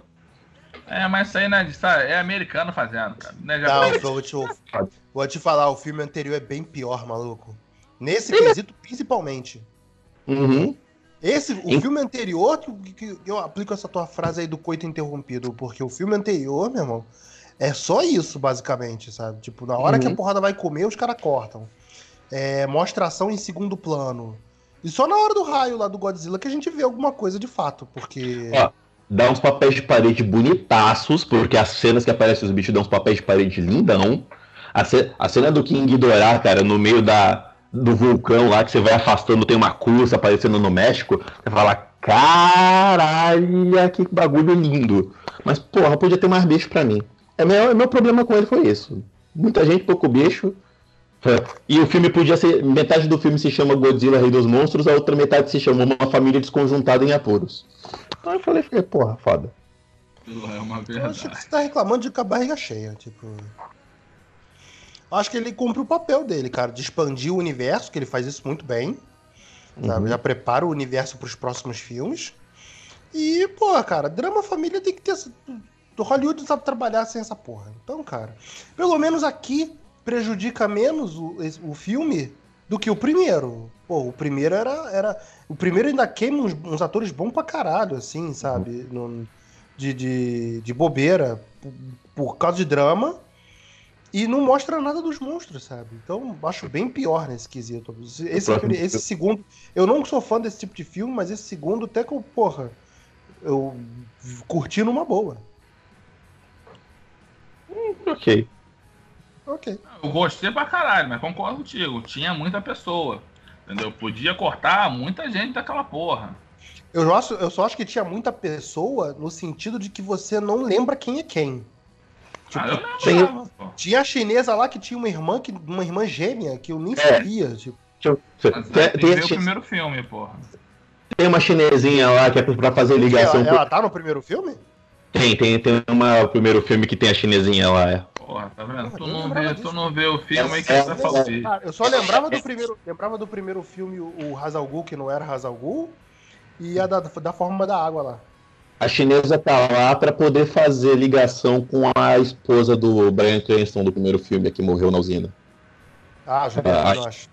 É, mas isso aí né, sabe, é americano fazendo, cara. Né, já
Não, eu vou te, vou te falar, o filme anterior é bem pior, maluco. Nesse quesito, principalmente.
Uhum.
Esse, o
Em-
filme anterior, que, que eu aplico essa tua frase aí do coito interrompido, porque o filme anterior, meu irmão, é só isso, basicamente, sabe? Tipo, na hora
Uhum.
que a porrada vai comer, os caras cortam. É, mostra ação em segundo plano. E só na hora do raio lá do Godzilla que a gente vê alguma coisa de fato, porque...
Ó, dá uns papéis de parede bonitaços, porque as cenas que aparecem os bichos dão uns papéis de parede lindão. A, ce- a cena do King Ghidorah, cara, no meio da, do vulcão lá, que você vai afastando, tem uma cruz aparecendo no México, você fala, caralho, que bagulho lindo. Mas, porra, podia ter mais bicho pra mim. É meu, meu problema com ele foi isso. Muita gente, pouco bicho. E o filme podia ser. Metade do filme se chama Godzilla, Rei dos Monstros, a outra metade se chama Uma Família Desconjuntada em Apuros. Então eu falei, falei porra, foda.
É uma
Eu acho que
verdade.
você tá reclamando de com a barriga cheia, tipo... Acho que ele cumpre o papel dele, cara, de expandir o universo, que ele faz isso muito bem, sabe?
Uhum.
Já prepara o universo pros próximos filmes. E, pô, cara, drama família tem que ter... O Hollywood não sabe trabalhar sem essa porra. Então, cara, pelo menos aqui prejudica menos o, o filme do que o primeiro. Pô, o primeiro era... era o primeiro ainda queima uns, uns atores bons pra caralho, assim, sabe? No, de, de, de bobeira, por, por causa de drama. E não mostra nada dos monstros, sabe? Então, acho bem pior nesse quesito. Esse, esse segundo... Eu não sou fã desse tipo de filme, mas esse segundo até que eu, porra... Eu curti numa boa.
Ok.
Ok.
Eu gostei pra caralho, mas concordo contigo. Tinha muita pessoa. Entendeu? Podia cortar muita gente daquela porra.
Eu, acho, eu só acho que tinha muita pessoa no sentido de que você não lembra quem é quem. Tipo,
Ah, eu
tinha,
lembrava, pô.
tinha a chinesa lá que tinha uma irmã, que, uma irmã gêmea que eu nem
É.
sabia. Tipo.
Deixa eu-
Mas
Tem,
aí tem
tem,
que ver o
chi-
primeiro filme, porra.
tem uma chinesinha lá que é pra fazer ligação.
Ela, ela tá no primeiro filme?
Tem, tem, tem uma, o primeiro filme que tem a chinesinha lá. É.
Porra, tá vendo?
Porra,
Tu
nem
não,
lembrava
vê,
disso.
tu não vê o filme aí que
É,
você
é,
falou.
Ah, eu só lembrava do primeiro, lembrava do primeiro filme, o Hazal Ghul, que não era Hazal Ghul, e a da, da forma da água lá.
A chinesa tá lá pra poder fazer ligação com a esposa do Bryan Cranston do primeiro filme que morreu na usina.
Ah, Juliana
Ah,
Binoche.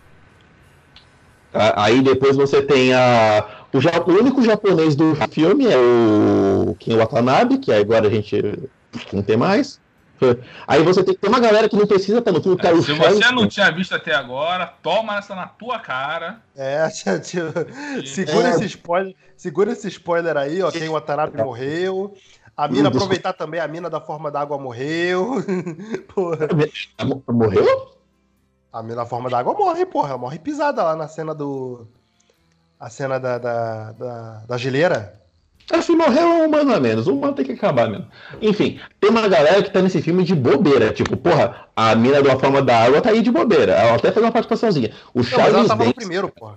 A- Aí depois você tem a. O, ja- o único japonês do filme é o Ken Watanabe, que agora a gente não tem mais. Aí você tem que ter uma galera que não precisa estar no filme, que é o
Se
Charles-
você não tinha visto até agora, toma essa na tua cara.
É, tia, tia, segura
É.
esse spoiler, segura esse spoiler aí, ó, quem o Watanabe morreu. A mina,
Desculpa.
aproveitar também, a mina da forma d'água morreu. Porra.
Morreu?
A mina da forma d'água morre, porra. Ela morre pisada lá na cena do... A cena da, da, da, da geleira.
Se morreu é um humano a menos, um humano tem que acabar mesmo. Enfim, tem uma galera que tá nesse filme de bobeira. Tipo, porra, a mina da forma da água tá aí de bobeira. Ela até fez uma participaçãozinha. O
Não, mas ela
Charles
tava no
Dance.
primeiro, porra.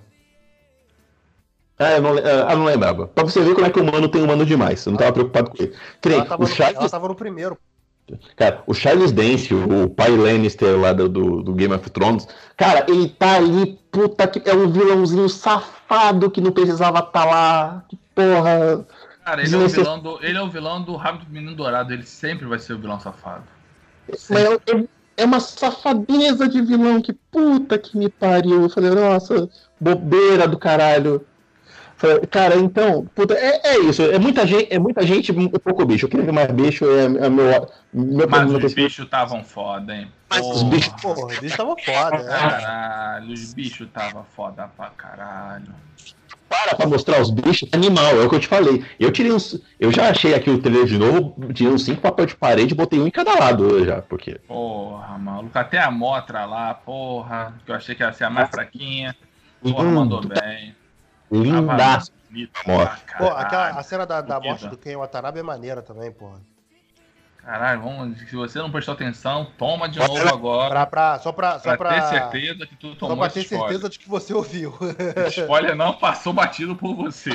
Ah, eu não, ah, eu não lembrava. Pra você ver como é que o humano tem humano demais. Eu não tava preocupado com ele. Que nem
Ela tava,
o
no,
Charles,
ela tava no primeiro.
cara, o Charles Dance, o pai Lannister lá do, do, do Game of Thrones, cara, ele tá ali, puta que. É um vilãozinho safado que não precisava estar lá. Que porra.
Cara, ele é, o
Desnecess-
vilão do, ele é o vilão do Rápido Menino Dourado. Ele sempre vai ser o vilão safado.
Mas é, é uma safadeza de vilão que puta que me pariu. Eu falei, nossa, bobeira do caralho. Falei, cara, então, puta, é, é isso. É muita gente, é muita gente, pouco bicho. Eu queria ver mais bicho, é, é meu, meu
Mas
problema
os
com esse-
bichos estavam foda, hein?
Mas os
Porra.
bichos-
Porra, o bicho tava foda, né?
Caralho, os bichos tava foda pra caralho.
Para pra mostrar os bichos, animal, é o que eu te falei. Eu tirei uns. Eu já achei aqui o trailer de novo, tirei uns cinco papéis de parede e botei um em cada lado já, porque.
Porra, maluco. Até a Motra lá, porra. Que eu achei que ia ser a mais fraquinha. Porra,
Hum,
mandou bem.
Lindaço.
Tava bonito
Motra.
pra
Pô, aquela,
caralho.
a cena da, da
Bonita.
morte do Ken Watanabe é maneira também, porra.
Caralho, vamos, se você não prestou atenção, toma de novo agora.
Pra, pra, só pra, só
Pra
pra,
ter certeza que tu
só
tomou
pra
esse
ter
spoiler.
certeza de que você ouviu.
Esse spoiler não passou batido por você.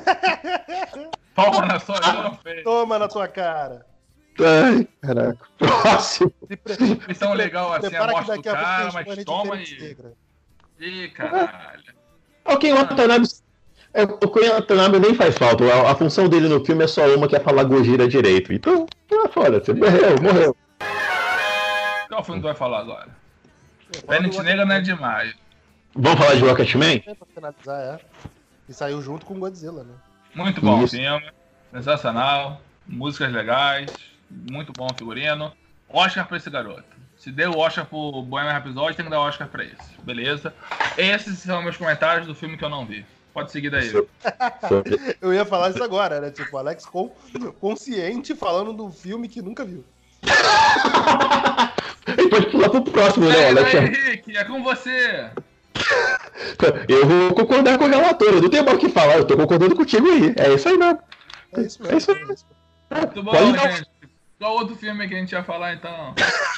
Toma na sua vida, feio.
Toma na tua cara.
Ai, caraca. Próximo.
Se pre-
Missão legal assim, a
prepara que
morte do
daqui a pouco
cara,
tem
mas
spoiler de
toma
Fênix
aí.
Negra.
Ih, caralho.
Ok, o Watanabe. é, O Ken Watanabe nem faz falta. A, a função dele no filme é só uma que é falar Gojira direito. Então, ah, foda-se. Morreu, morreu.
Qual filme tu vai falar agora?
Fala do
Fênix Negra não é demais.
Vamos falar de Rocketman?
Pra finalizar, é. E saiu junto com Godzilla, né?
Muito bom o
Isso.
filme. Sensacional. Músicas legais. Muito bom o figurino. Oscar pra esse garoto. Se deu o Oscar pro Bohemian Rhapsody, tem que dar o Oscar pra esse. Beleza? Esses são meus comentários do filme que eu não vi. Pode seguir daí.
Eu ia falar isso agora, né? Tipo, Alex com, consciente falando do filme que nunca viu.
Ele pode pular pro próximo, né,
Aí,
Alex?
aí, Henrique, é com você.
Eu vou concordar com o relator. Eu não tenho mais o que falar. Eu tô concordando contigo aí. É isso aí mesmo.
É isso
É isso
mesmo.
aí.
Muito bom,
Pode dar-
gente. Qual outro filme que a gente ia falar, então?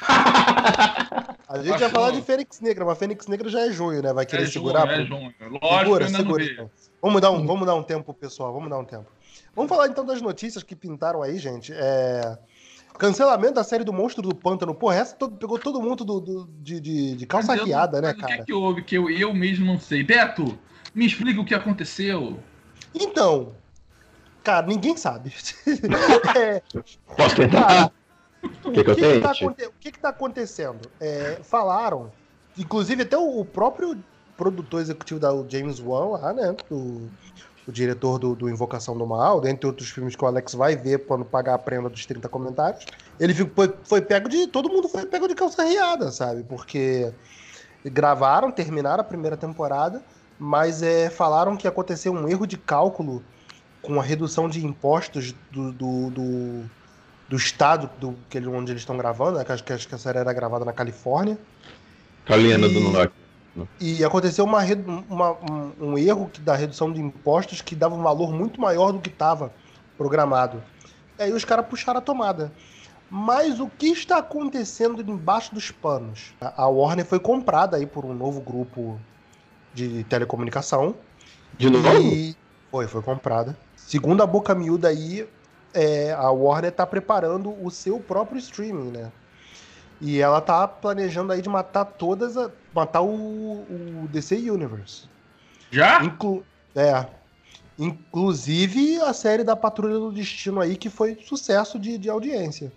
A gente ia falar de Fênix Negra, mas Fênix Negra já é junho, né? Vai querer
É
segurar?
junho, é
pô?
junho. Lógico,
Segura,
eu ainda
segura.
não vi.
Então. Vamos dar um, vamos dar um tempo pro pessoal, vamos dar um tempo. Vamos falar então das notícias que pintaram aí, gente. É... Cancelamento da série do Monstro do Pântano. Porra, essa todo, pegou todo mundo do, do, de, de, de calça
Mas eu não-
riada, né,
mas
cara?
O que é que houve que eu, eu mesmo não sei? Beto, me explica o que aconteceu.
Então, cara, ninguém sabe. É,
Posso tentar?
cara,
O que, que
o
eu
que, que, tá,
tente?
aconte- o que que tá acontecendo? É, falaram, inclusive até o, o próprio produtor executivo da o James Wan lá, né? O, o diretor do, do Invocação do Mal, dentre outros filmes que o Alex vai ver quando pagar a prenda dos trinta comentários. Ele ficou- foi, foi pego de. Todo mundo foi pego de calça riada, sabe? Porque gravaram, terminaram a primeira temporada, mas é, falaram que aconteceu um erro de cálculo com a redução de impostos do, do, do, do estado do, que ele- onde eles estão gravando, né? Que acho que acho que a série era gravada na Califórnia.
Carolina do
E-
Norte.
E aconteceu uma, redu- uma- um, um erro que- da redução de impostos que dava um valor muito maior do que estava programado. E aí os caras puxaram a tomada. Mas o que está acontecendo embaixo dos panos? A a Warner foi comprada aí por um novo grupo de telecomunicação.
De novo?
E foi, foi comprada. Segundo a boca miúda aí, é, a Warner tá preparando o seu próprio streaming, né? E ela tá planejando aí de matar todas, a- matar o, o D C Universe.
Já?
Inclu é, inclusive a série da Patrulha do Destino aí, que foi sucesso de, de audiência.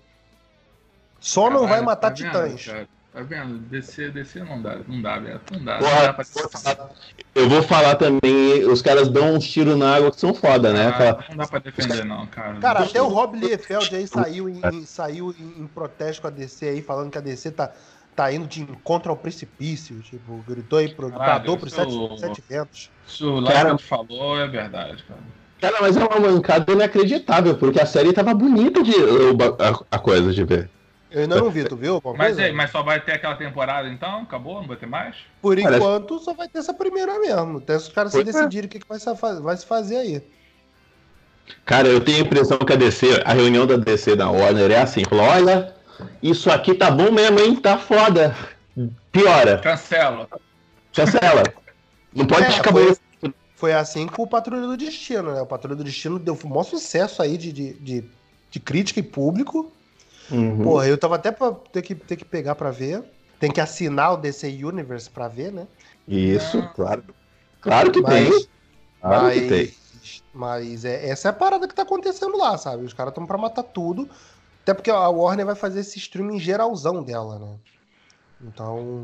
Só não vai
Caralho,
matar
tá vendo,
Titãs.
cara? Tá vendo? Descer, descer não dá, não dá, Beto. Não dá. Não
Porra,
dá pra defender.
eu vou falar também, os caras dão uns tiros na água que são foda, né?
Ah,
Fala,
não dá pra defender, não, cara.
Cara, até o Rob Liefeld aí saiu em, em- saiu em, em protesto com a D C aí, falando que a D C tá, tá indo de encontro ao precipício. Tipo, gritou aí pro
Caralho,
bradou pros
isso-
sete, sete ventos.
Se o
Cara-
Lázaro falou, é verdade, cara.
cara, mas é uma mancada inacreditável, porque a série tava bonita de o ba- a, a coisa de ver.
Eu ainda não vi, tu viu? alguma
Mas,
coisa?
aí, mas só vai ter aquela temporada então? Acabou? Não vai ter mais?
Por
Parece-
enquanto, só vai ter essa primeira mesmo. Até os caras se
Pois é.
decidirem o que, que vai, se fa- vai se fazer aí.
Cara, eu tenho a impressão que a D C, a reunião da D C da Warner é assim, falou, olha, isso aqui tá bom mesmo, hein? Tá foda. Piora.
Cancela.
Cancela. Não pode
É,
ficar
foi-
bom.
Foi assim com o Patrulha do Destino, né? O Patrulha do Destino deu um maior sucesso aí de, de, de, de crítica e público.
Uhum.
Porra, eu tava até pra ter que, ter que pegar pra ver. Tem que assinar o D C Universe pra ver, né?
Isso, claro. Claro que
Mas-
tem. Claro que tem.
Mas, mas é, essa é a parada que tá acontecendo lá, sabe? Os caras estão pra matar tudo. Até porque a Warner vai fazer esse streaming geralzão dela, né? Então.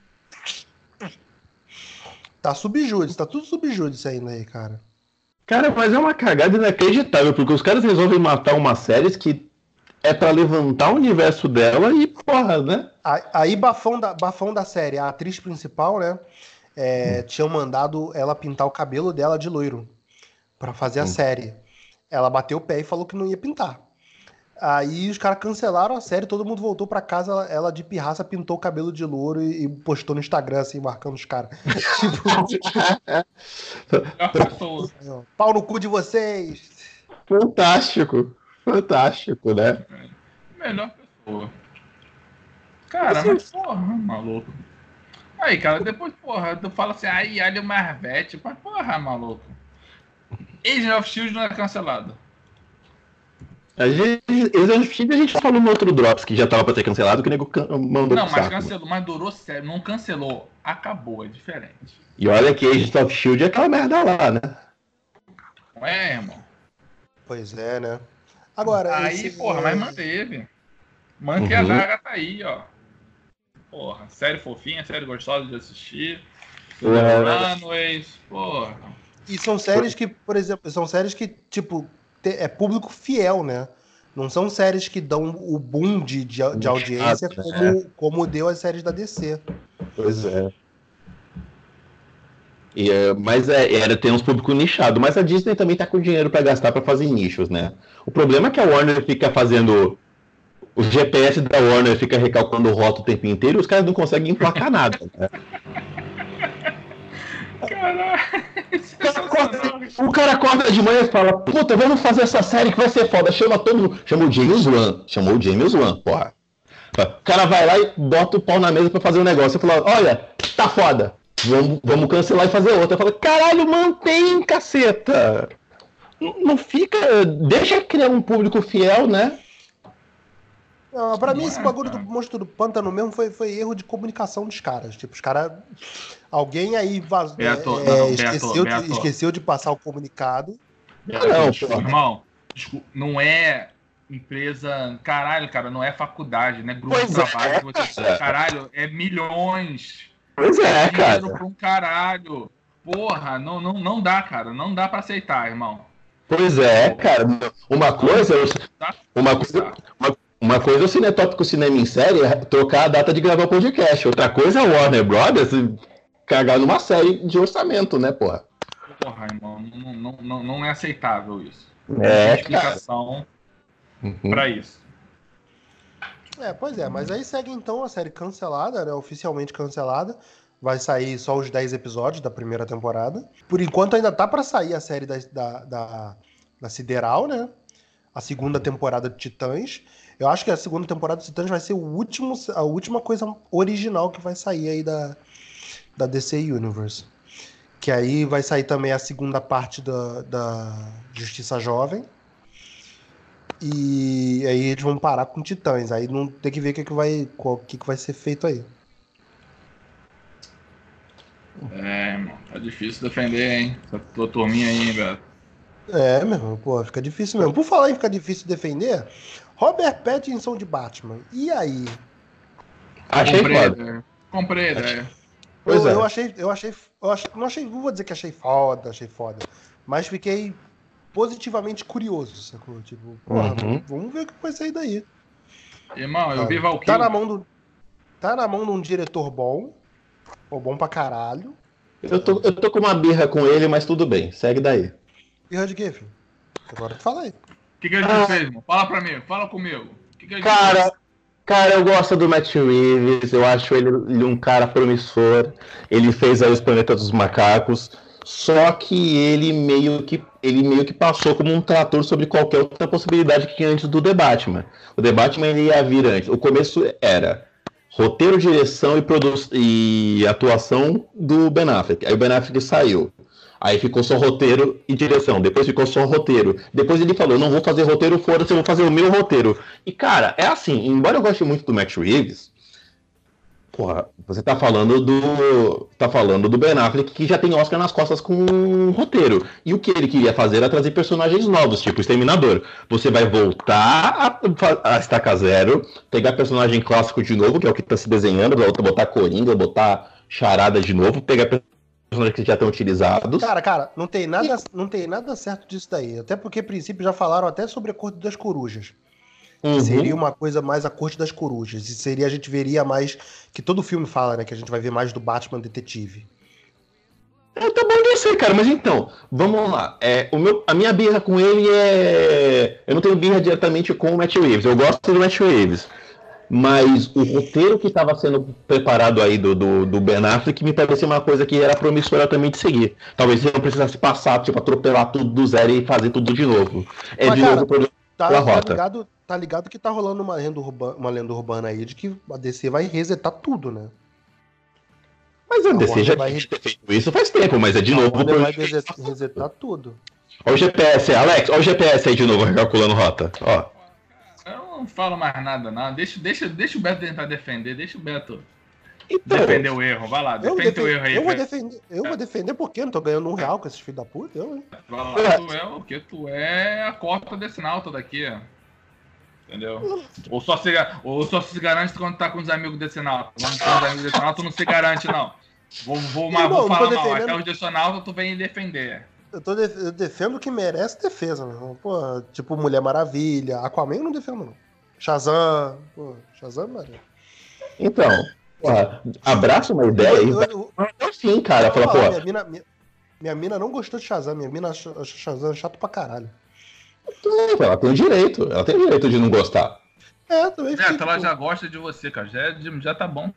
Tá subjúdice, tá tudo subjúdice ainda aí, cara.
Cara, mas é uma cagada inacreditável, porque os caras resolvem matar uma série que é pra levantar o universo dela e, porra, né?
A- Aí, bafão da, bafão da série, a atriz principal, né? é, tinham mandado ela pintar o cabelo dela de loiro pra fazer a
Hum.
série. Ela bateu o pé e falou que não ia pintar. Aí os caras cancelaram a série, todo mundo voltou pra casa, ela, ela de pirraça pintou o cabelo de louro e, e postou no Instagram, assim, marcando os caras. Tipo,
Melhor pessoa.
pau no cu de vocês!
Fantástico. Fantástico, né?
Melhor pessoa. Cara, mas porra, maluco. Aí, cara, depois, porra, tu fala assim, aí, olha o Marvete, mas porra, maluco. Agent of Shield não é cancelado.
A gente, a gente falou no outro Drops que já tava pra ter cancelado, que o nego can- mandou
Não,
pro
mas
saco.
cancelou, mas durou sério, não cancelou, acabou, é diferente.
E olha que Agents of Shield é aquela merda lá, né?
Não é, irmão?
Pois é, né? Agora.
Aí,
esse-
porra, mas manteve. Manque a
Uhum.
daga tá aí, ó. Porra, série fofinha, série gostosa de assistir.
É.
Runaways, porra.
E são séries que, por exemplo, são séries que, tipo, te- é público fiel, né? Não são séries que dão o boom de, de, de audiência
Chato, né?
como, como deu as séries da D C.
Pois é. E, é, mas é, era ter uns públicos nichados, mas a Disney também tá com dinheiro pra gastar pra fazer nichos, né? O problema é que a Warner fica fazendo. O G P S da Warner fica recalcando o rótulo o tempo inteiro e os caras não conseguem emplacar nada. Né?
Caralho,
O cara acorda- O cara acorda de manhã e fala: Puta, vamos fazer essa série que vai ser foda. Chama todo mundo. Chama o James Wan. Chamou o James Wan, porra. O cara vai lá e bota o pau na mesa pra fazer um negócio. E fala: Olha, tá foda. Vamos, vamos cancelar e fazer outra. Eu falo: Caralho, mantém, caceta. não fica. Deixa criar um público fiel, né?
Não, pra mim,
Não
esse
é,
bagulho
cara.
do Monstro do Pântano mesmo foi, foi erro de comunicação dos caras. Tipo, os caras. Alguém aí vaz...
Beto,
é,
não,
esqueceu,
Beto,
de,
Beto.
esqueceu de passar o comunicado.
Beto,
Não,
desculpa,
porra.
irmão, desculpa, não é empresa. Caralho, cara, não é faculdade, né? Grupo
Pois
de
é,
trabalho. que você...
cara.
Caralho, é milhões.
Pois é,
Dinheiro
cara.
pra um caralho. Porra, não, não, não dá, cara. Não dá pra aceitar, irmão.
Pois é, cara. Uma coisa.
Tá?
Uma coisa. Uma, uma coisa é o Cinetópico Cinema em Série é trocar a data de gravar o podcast. Outra coisa é o Warner Brothers cagar numa série de orçamento, né, porra?
Porra, irmão, não, não, não, não é aceitável isso.
É,
Tem explicação
Uhum.
pra isso.
É, pois é, mas aí segue então a série cancelada, né? Oficialmente cancelada. Vai sair só os dez episódios da primeira temporada. Por enquanto ainda tá pra sair a série da, da, da, da Sideral, né? A segunda temporada de Titãs. Eu acho que a segunda temporada de Titãs vai ser o último, a última coisa original que vai sair aí da, da D C Universe. Que aí vai sair também a segunda parte da, da Justiça Jovem. E aí eles vão parar com Titãs. Aí não tem que ver o que, que, vai, o que, que vai ser feito aí.
É, irmão, tá difícil defender, hein? Essa tua turminha aí, hein, Beto?
É, meu irmão, pô, fica difícil mesmo. Por falar em ficar difícil defender, Robert Pattinson de Batman. E aí?
Achei
Comprei a
foda.
ideia. Comprei a ideia.
Pois
eu,
é.
eu achei, eu achei, eu achei, não achei, não vou dizer que achei foda, achei foda, mas fiquei positivamente curioso, sacou? Tipo, porra,
Uhum.
vamos ver o que vai sair daí.
Irmão, eu
Sabe?
vi Valkyrie.
Tá na mão do, tá na mão de um diretor bom, ou bom pra caralho.
Eu tô, eu tô com uma birra com ele, mas tudo bem. Segue daí.
Birra de quê, filho? Agora tu fala aí.
O que, que ele
Ah.
te fez, irmão? Fala pra mim, fala comigo. O que, que ele te
Cara,
fez?
cara, eu gosto do Matt Reeves, eu acho ele, ele um cara promissor. Ele fez aí os Planetas dos Macacos, só que ele meio que ele meio que passou como um trator sobre qualquer outra possibilidade que tinha antes do The Batman. O The Batman ele ia vir antes. O começo era roteiro, direção e, produ e atuação do Ben Affleck. Aí o Ben Affleck saiu. Aí ficou só roteiro e direção. Depois ficou só roteiro. Depois ele falou, não vou fazer roteiro, foda-se, eu vou fazer o meu roteiro. E, cara, é assim, embora eu goste muito do Matt Reeves, porra, você tá falando do. Tá falando do Ben Affleck que já tem Oscar nas costas com um roteiro. E o que ele queria fazer era trazer personagens novos, tipo Exterminador. Você vai voltar a, a estaca zero, pegar personagem clássico de novo, que é o que tá se desenhando, botar Coringa, botar Charada de novo, pegar personagens que já estão utilizados.
Cara, cara, não tem nada, não tem nada certo disso daí. Até porque, a princípio, já falaram até sobre a Corte das Corujas.
Uhum.
Que seria uma coisa mais a Corte das Corujas. E seria, a gente veria mais. Que todo filme fala, né? Que a gente vai ver mais do Batman detetive.
É, tá bom de ser, cara, mas então, vamos lá. É, o meu, a minha birra com ele é. Eu não tenho birra diretamente com o Matt Reeves. Eu gosto do Matt Reeves. Mas o roteiro que estava sendo preparado aí do, do, do Ben Affleck me parecia uma coisa que era promissora também de seguir. Talvez ele não precisasse passar, tipo, atropelar tudo do zero e fazer tudo de novo. É
Mas,
de
cara,
novo o problema
Tá,
da
tá,
rota.
ligado, tá ligado que tá rolando uma lenda, urbana, uma lenda urbana aí de que a D C vai resetar tudo, né?
Mas a
A
D C
Warner
já
vai-
tinha feito isso faz tempo, mas é de
A
novo o
Warner vai
problema.
resetar, resetar tudo.
Olha o G P S, Alex, olha o G P S aí de novo, recalculando rota. Ó.
Eu não falo mais nada, não. Deixa, deixa, deixa o Beto tentar defender. Deixa o Beto
Então,
defender o erro. Vai lá,
Eu,
defende o
defen-
erro aí.
eu vou
Beto.
defender, eu vou defender porque eu não tô ganhando um real com esses filhos da puta. Eu, hein?
Vai lá, tu é o quê? Tu é a cota desse nauta daqui, ó. Entendeu? Ou só, se, ou só se garante quando tá com os amigos desse nauta. Quando tá com os amigos desse nauta, tu não se garante, não. Vou, vou, mas
Irmão,
vou
não
falar
tô
mal.
defendendo.
Até os desse nauta tu vem defender.
Eu, tô def- eu defendo o que merece defesa, meu irmão. Pô, tipo Mulher Maravilha, Aquaman eu não defendo, não. Shazam, pô, Shazam, mano.
então porra, abraça uma ideia
Eu-
aí,
eu-
vai
eu-
até o fim, cara.
eu vou
Fala,
falar,
pô,
minha, mina, minha, minha mina não gostou de Shazam, minha mina acha acha Shazam chato pra caralho.
ela tem o direito, ela tem o direito de não gostar.
É, também fiquei,
Beto, ela
tipo,
já gosta de você, cara. Já, é de- já tá bom.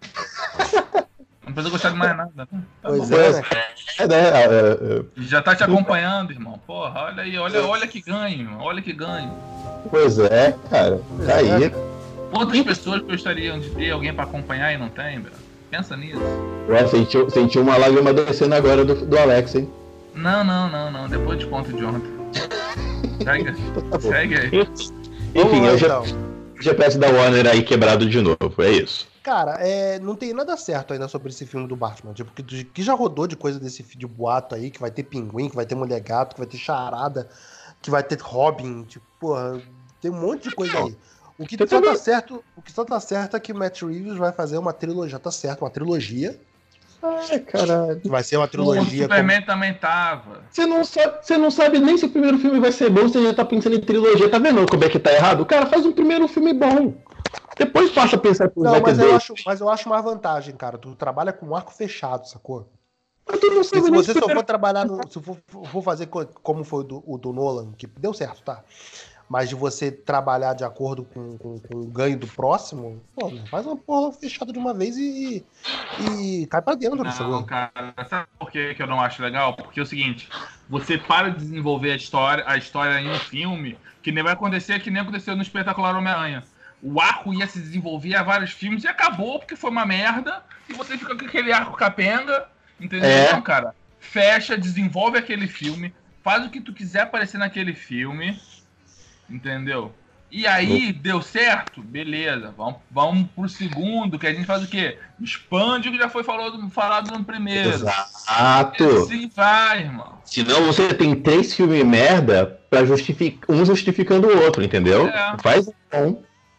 Não precisa gostar de mais nada. Tá
Pois
bom.
é, né?
É, né? é, é,
Já tá te acompanhando, irmão. Porra, olha aí, olha, olha que ganho, olha que ganho.
Pois é, cara.
Pois
Tá
é.
aí.
Quantas pessoas gostariam de ter alguém pra acompanhar e não tem, velho? Pensa nisso.
Ué, senti, senti uma lágrima descendo agora do, do Alex, hein?
Não, não, não, não. Depois eu te conto de ontem. Segue, segue aí.
Enfim,
lá,
eu já,
então.
G P S da Warner aí quebrado de novo, é isso.
Cara, é, não tem nada certo ainda sobre esse filme do Batman. Tipo, que, que já rodou de coisa desse de boato aí, que vai ter pinguim, que vai ter mulher gato, que vai ter charada, que vai ter Robin, tipo, porra, tem um monte de coisa aí. O que só tá certo, o que só tá certo é que o Matt Reeves vai fazer uma trilogia, já tá certo, uma trilogia.
Ai, caralho.
Vai ser uma
O
trilogia.
Superman
como...
também tava.
Você não, sabe, você não sabe nem se o primeiro filme vai ser bom, você já tá pensando em trilogia. Tá vendo como é que tá errado? Cara, faz um primeiro filme bom. Depois passa a pensar que
Não,
vai
mas
ter
eu,
dois.
acho, mas eu acho uma vantagem, cara. Tu trabalha com um arco fechado, sacou?
Mas tu não
Porque
sabe
se
nem
você
se
só for trabalhar no. Se for, for fazer co- como foi o do, o do Nolan, que deu certo, tá? Mas de você trabalhar de acordo com, com, com o ganho do próximo, pô, faz uma porra fechada de uma vez e, e cai pra dentro,
Não,
sacou?
cara, sabe por que que eu não acho legal? Porque é o seguinte, você para de desenvolver a história, a história em um filme, que nem vai acontecer, que nem aconteceu no Espetacular Homem-Aranha. O arco ia se desenvolver a vários filmes e acabou porque foi uma merda, e você fica com aquele arco capenga, entendeu?
É.
Então, cara, fecha, desenvolve aquele filme, faz o que tu quiser aparecer naquele filme, entendeu? E aí, deu certo? Beleza, vamos, vamos pro segundo, que a gente faz o quê? Expande o que já foi falado, falado no primeiro.
Exato.
E assim vai, irmão.
Senão você tem três filmes merda pra justificar, um justificando o outro, entendeu?
É.
Faz um.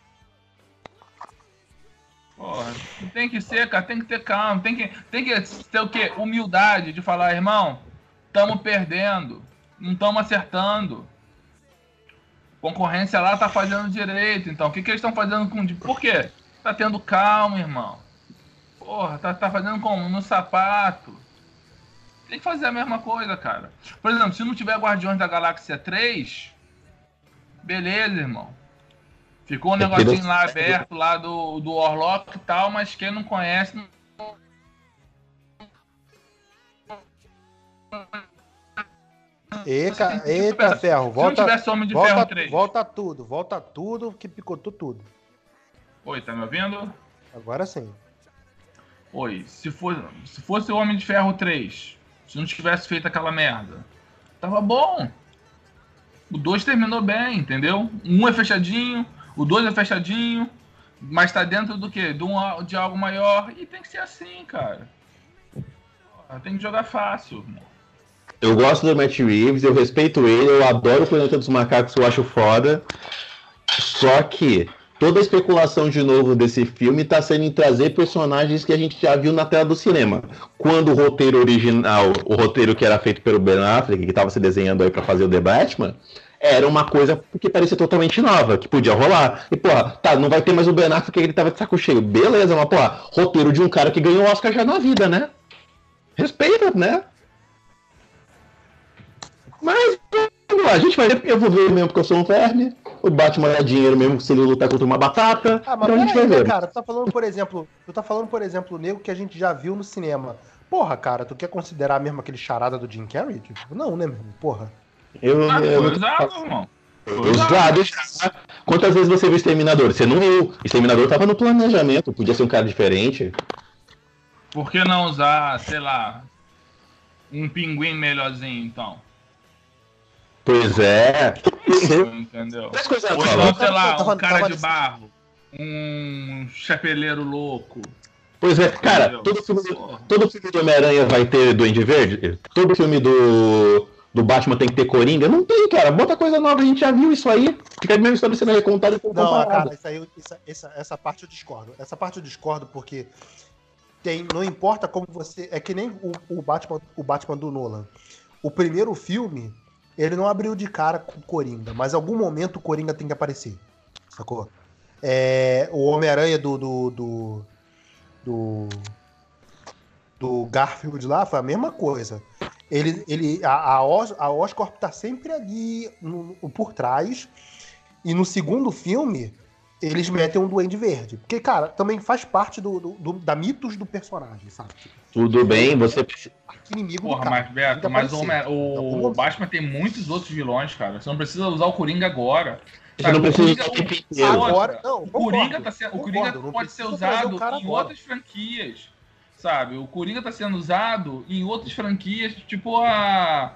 Porra, tem que ser, cara, tem que ter calma, tem que, tem que ter o quê? Humildade de falar, irmão, estamos perdendo, não estamos acertando. A concorrência lá tá fazendo direito, então o que, que eles estão fazendo com... Por quê? Tá tendo calma, irmão. Porra, tá, tá fazendo como? No sapato. Tem que fazer a mesma coisa, cara. Por exemplo, se não tiver Guardiões da Galáxia três, beleza, irmão. Ficou um negocinho lá aberto, lá do, do Orlock e tal, mas quem não conhece... Não...
Eita, eita ferro, volta,
se não tivesse Homem de
volta,
Ferro três.
volta tudo, volta tudo, que picotou tudo.
Oi, tá me ouvindo?
Agora sim.
Oi, se, for, se fosse o Homem de Ferro três, se não tivesse feito aquela merda, tava bom. O dois terminou bem, entendeu? Um é fechadinho, o dois é fechadinho, mas tá dentro do quê? De, um, de algo maior. E tem que ser assim, cara. Tem que jogar fácil, irmão.
Eu gosto do Matt Reeves, eu respeito ele, eu adoro o Planeta dos Macacos, eu acho foda. Só que toda a especulação de novo desse filme tá sendo em trazer personagens que a gente já viu na tela do cinema. Quando o roteiro original, o roteiro que era feito pelo Ben Affleck, que tava se desenhando aí pra fazer o The Batman, era uma coisa que parecia totalmente nova, que podia rolar. E, porra, tá, não vai ter mais o Ben Affleck, ele tava de saco cheio. Beleza, mas, porra, roteiro de um cara que ganhou o Oscar já na vida, né? Respeita, né? Mas, vamos lá, a gente vai ver, eu vou ver mesmo porque eu sou um verme. O Batman dá dinheiro mesmo se ele lutar contra uma batata.
Ah, mas
então a gente
peraí,
vai
né,
ver.
cara? Tu tá falando, por exemplo, tu tá falando, por exemplo, o nego que a gente já viu no cinema. Porra, cara, tu quer considerar mesmo aquele charada do Jim Carrey? Tipo, não, né, meu irmão? Porra.
Eu,
Ah,
eu,
foi
eu,
usado, irmão. Foi
Usado já. Quantas vezes você viu o Exterminador? Você não viu. O Exterminador tava no planejamento, podia ser um cara diferente.
Por que não usar, sei lá, um pinguim melhorzinho, então?
Pois é.
Entendeu?
As coisas
Ou
novas.
então, sei lá,
Tava-
um cara
tava-
de barro, um chapeleiro louco.
Pois é, cara,
Entendeu?
todo filme, do-
Porra.
todo filme do Homem-Aranha vai ter Duende Verde? Todo filme do, do Batman tem que ter Coringa? Não tem, cara. Bota coisa nova, a gente já viu isso aí. Fica a mesma história sendo recontada e
Não,
comparada.
cara, isso aí, isso- essa, essa parte eu discordo. Essa parte eu discordo porque tem, não importa como você. É que nem o, o, Batman, o Batman do Nolan. O primeiro filme, ele não abriu de cara com o Coringa, mas em algum momento o Coringa tem que aparecer. Sacou? É, o Homem-Aranha do, do, do, do. do Garfield lá foi a mesma coisa. Ele, ele, a, a, Os, a Oscorp tá sempre ali no, no- por trás. E no segundo filme, eles metem um Duende Verde. Porque, cara, também faz parte do, do- do- da mitos do personagem, sabe?
Tudo bem, você.
Arqui inimigo do
Porra,
cara.
mas Beto,
Tem que
mas o,
aparecer.
Homem-
Em algum
o
momento.
Batman tem muitos outros vilões, cara. Você não precisa usar o Coringa agora.
Você
Sabe,
não
o
precisa
Coringa-
de
o-
tempo inteiro.
outra,
Agora- não,
o
concordo,
Coringa, tá sendo, o
concordo,
Coringa
não
pode ser
precisa trazer
usado
o cara
em
agora.
outras franquias, sabe? O Coringa tá sendo usado em outras franquias, tipo a,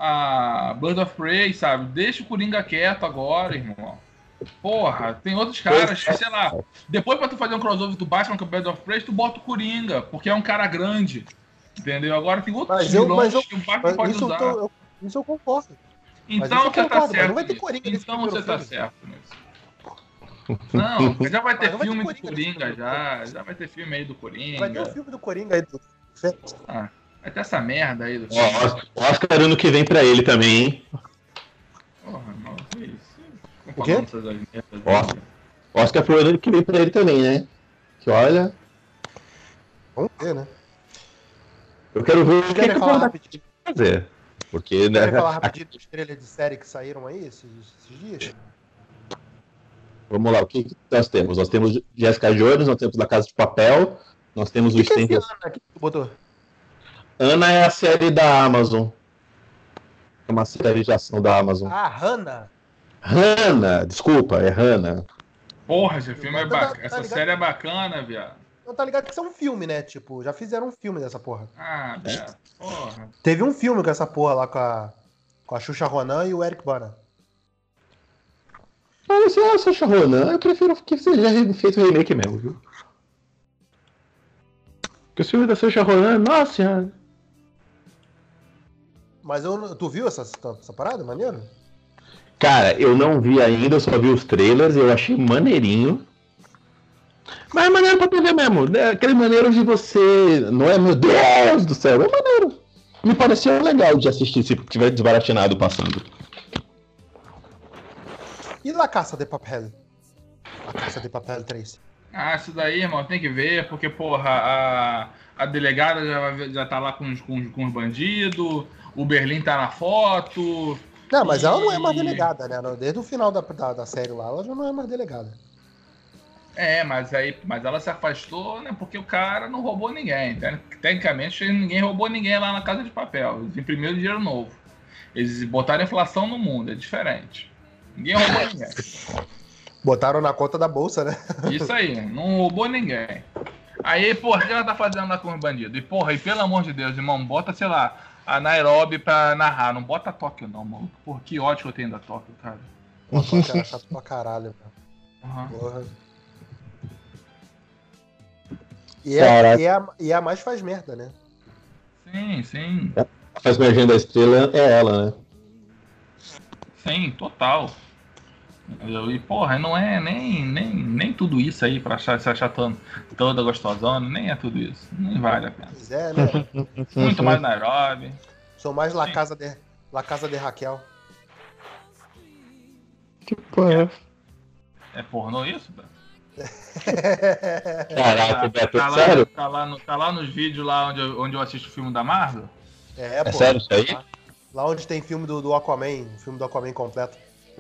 a Bird of Prey, sabe? Deixa o Coringa quieto agora, irmão. Porra, tem outros caras, sei lá. Depois pra tu fazer um crossover do Batman com o Bird of Prey, tu bota o Coringa, porque é um cara grande. Entendeu? Agora tem outros
Mas eu,
vilões
mas eu,
que o Batman
mas
pode
isso,
usar.
eu, tô- eu- isso eu concordo.
Então
Mas isso eu
você tá
concordo, mas
certo.
não vai ter
nisso.
Coringa nesse
Então
primeiro
você tá
filme.
certo nisso. Não, já vai ter
Mas não vai ter
filme do
Coringa nesse
Coringa
primeiro
já. Já vai ter filme aí do
Vai ter o
Coringa.
filme do Coringa aí do Fênix.
Ah, vai ter essa merda aí do filme.
Ó, Oscar ano que vem pra ele também, hein?
Porra, não, que isso?
O quê?
Falando essas merdas
Ó.
aí.
Oscar pro ano que vem pra ele também, né? Que olha,
Vamos ver, né?
eu quero ver o que, que
Querem
o
falar
Pornhub
rapidinho?
vai fazer. Porque, né,
Querem falar
a-
rapidinho dos trailers de série que saíram aí esses, esses dias?
vamos lá, o que, que nós temos? Nós temos Jessica Jones, nós temos La Casa de Papel, nós temos
O
o
que, que é esse
Stranger...
ano aqui que tu botou?
Ana é a série da Amazon. É uma série de ação da Amazon.
Ah, Hannah.
Hannah, desculpa, é Hannah.
Porra, esse filme é
Tá- tá-
bacana.
tá
Essa
ligado?
série é bacana, viado.
Não tá ligado que isso é um filme, né? Tipo, já fizeram um filme dessa porra.
Ah, viado. Porra.
Teve um filme com essa porra lá com a, com a Xuxa Ronan e o Eric Bana.
Mas se é a Sacha Ronan, eu prefiro que seja feito remake mesmo, viu? Porque o filme da Sacha Ronan, nossa senhora.
Mas eu, não- tu viu essa, essa parada? Maneiro?
Cara, eu não vi ainda, eu só vi os trailers, eu achei maneirinho. Mas é maneiro pra T V mesmo, né? Aquele maneiro de você. Não é, meu Deus do céu, é maneiro. Me pareceu legal de assistir se tiver desbaratinado passando.
E La Caça de Papel? La Caça de Papel três.
Ah, isso daí, irmão, tem que ver, porque, porra, a, a delegada já, vai- já tá lá com os, com, os- com os bandidos, o Berlim tá na foto.
Não, mas ela não é mais
E-
delegada, né? Desde o final da, da, da série lá, ela já não é mais delegada.
É, mas aí, mas ela se afastou, né? Porque o cara não roubou ninguém. Te- Tecnicamente, ninguém roubou ninguém lá na Casa de Papel. Eles imprimiram dinheiro novo. Eles botaram inflação no mundo, é diferente. Ninguém roubou ninguém.
Botaram na conta da bolsa, né?
Isso aí, não roubou ninguém. Aí, porra, o que ela tá fazendo lá com os bandidos? E, porra, e pelo amor de Deus, irmão, bota, sei lá, a Nairobi pra narrar. Não bota Tóquio, não, mano. Porra, que ódio que eu tenho da Tóquio, cara.
Pô, Tóquio era chato pra caralho, velho.
Uhum.
Porra. E, é,
Caraca.
e, é a, e é a mais faz merda, né?
Sim, sim.
Faz minha agenda estrela é ela, né?
Sim, total. Entendeu? E, porra, não é nem, nem, nem tudo isso aí pra achar, se achar tão, toda gostosona, nem é tudo isso. Nem vale a pena.
Pois é, né?
Muito mais Nairobi.
Sou mais La
Sim.
Casa de, La Casa de Raquel.
Tipo, é.
É pornô isso, Beto?
Caraca, Beto,
tá, lá,
sério?
tá, lá no- tá lá nos vídeos lá onde eu, onde eu assisto o filme da Marvel?
É,
É
pô.
sério isso aí?
Lá, lá onde tem filme do, do Aquaman, o filme do Aquaman completo.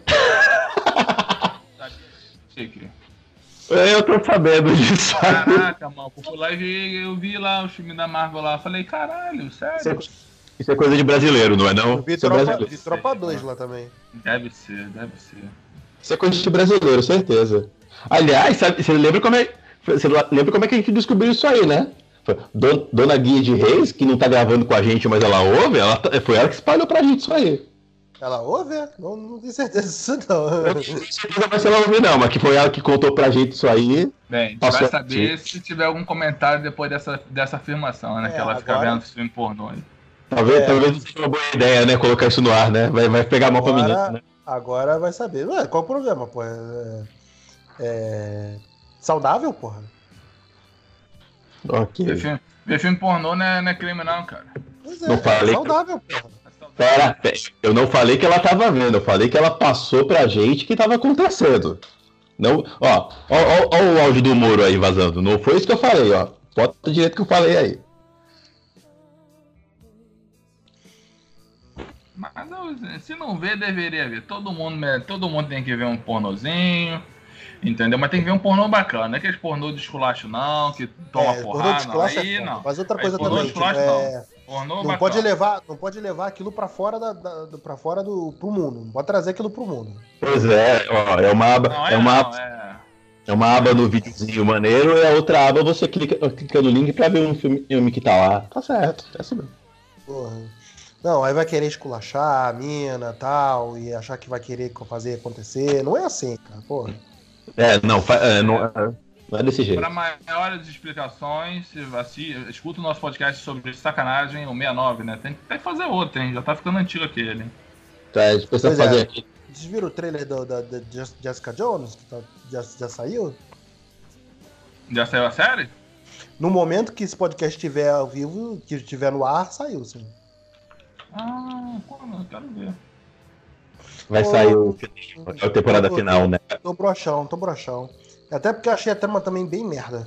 Chique.
Eu tô sabendo disso aí.
Caraca, mano, eu fui lá e vi, eu vi lá o filme da Marvel lá. Falei, caralho,
Isso é,
sério?
isso é coisa de brasileiro, não é não?
Eu vi
Isso é,
Tropa,
brasileiro.
vi Tropa dois lá também.
Deve ser, deve ser.
Isso é coisa de brasileiro, certeza. Aliás, sabe, você lembra como é. Você lembra como é que a gente descobriu isso aí, né? Foi Don- Dona Guia de Reis, que não tá gravando com a gente, mas ela ouve, ela, tá- foi ela que espalhou pra gente isso aí.
Ela ouve? é? Não, não tenho certeza disso, não.
Eu não tenho certeza mais se ela ouve, não, mas que foi ela que contou pra gente isso aí.
Bem, a gente
Passou
vai
a
saber
gente.
se tiver algum comentário depois dessa, dessa afirmação, né?
É,
que ela fica
agora-
vendo filme pornô aí.
Talvez,
É.
talvez não seja uma boa ideia, né? Colocar isso no ar, né? Vai, vai pegar mal pra
Agora-
menina, né?
Agora vai saber. Ué, qual o problema, pô? É, é... Saudável, porra?
Ok.
Ver filme, ver filme pornô não é, não é crime, não, cara.
Pois é,
Não falei
é
que-
saudável, porra.
Pera, pera, eu não falei que ela tava vendo, eu falei que ela passou pra gente que tava acontecendo. Não, ó, ó, ó, ó o áudio do Moro aí vazando. Não foi isso que eu falei, ó. Bota direito que eu falei aí.
Mas não, se não vê, deveria ver. Todo mundo, todo mundo tem que ver um pornozinho, entendeu? Mas tem que ver um pornô bacana, não é aqueles pornô de esculacho, não, que toma
É, pornô de
porrada, não.
esculacho é
Aí
foda.
não.
Mas outra
Aí,
coisa
pornô
também,
de
tipo,
esculacho,
é,
Pornô
não,
bacana.
pode levar, não pode levar aquilo pra fora, da, da, do- pra fora do pro mundo. Não pode trazer aquilo pro mundo.
Pois é, ó, é uma aba,
Não,
é,
é,
uma,
não, é...
é uma aba no videozinho maneiro e a outra aba você clica, clica no link pra ver um filme, filme que tá lá. Tá certo, é assim mesmo.
Porra. Não, aí vai querer esculachar a mina e tal, e achar que vai querer fazer acontecer. Não é assim, cara, porra.
É, não, é, não, é, não é desse jeito.
Para maiores explicações, assim, escuta o nosso podcast sobre sacanagem, o sessenta e nove, né? Tem, tem que fazer outro, hein? Já tá ficando antigo aquele.
Tá, a gente precisa fazer é. aqui.
Vocês viram o trailer do, da, da Jessica Jones? Que tá, já, já saiu?
Já saiu a série?
No momento que esse podcast estiver ao vivo, que estiver no ar, saiu, sim.
Ah, pô, eu quero ver.
Vai
Ô,
sair o, a temporada
tô,
final, né?
Tô broxão, tô broxão. Até porque eu achei a trama também bem merda.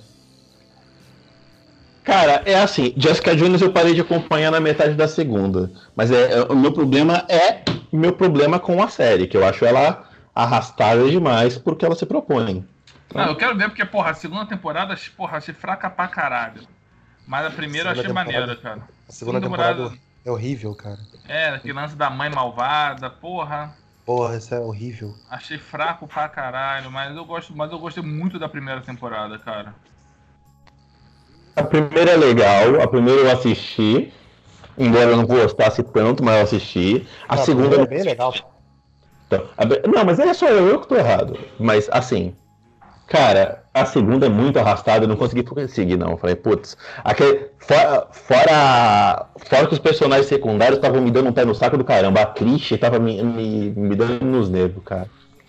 Cara, é assim, Jessica Jones eu parei de acompanhar na metade da segunda. Mas é, é, o meu problema é meu problema com a série, que eu acho ela arrastada demais porque ela se propõe. Então...
Não, eu quero ver porque, porra, a segunda temporada, porra, achei fraca pra caralho. Mas a primeira eu achei maneira, cara.
A segunda, segunda temporada, temporada é horrível, cara.
É, aquele lance da mãe malvada, porra.
Porra, isso é horrível.
Achei fraco pra caralho, mas eu gosto, mas eu gostei muito da primeira temporada, cara.
A primeira é legal, a primeira eu assisti, embora eu não gostasse tanto, mas eu assisti. A não, segunda
é bem legal.
Então, a... Não, mas é só eu, eu que tô errado. Mas assim, cara, a segunda é muito arrastada, eu não consegui seguir, não. Eu falei, putz, aquele... fora, fora, fora que os personagens secundários estavam me dando um pé no saco do caramba. A Trish tava me, me, me dando nos nervos, cara.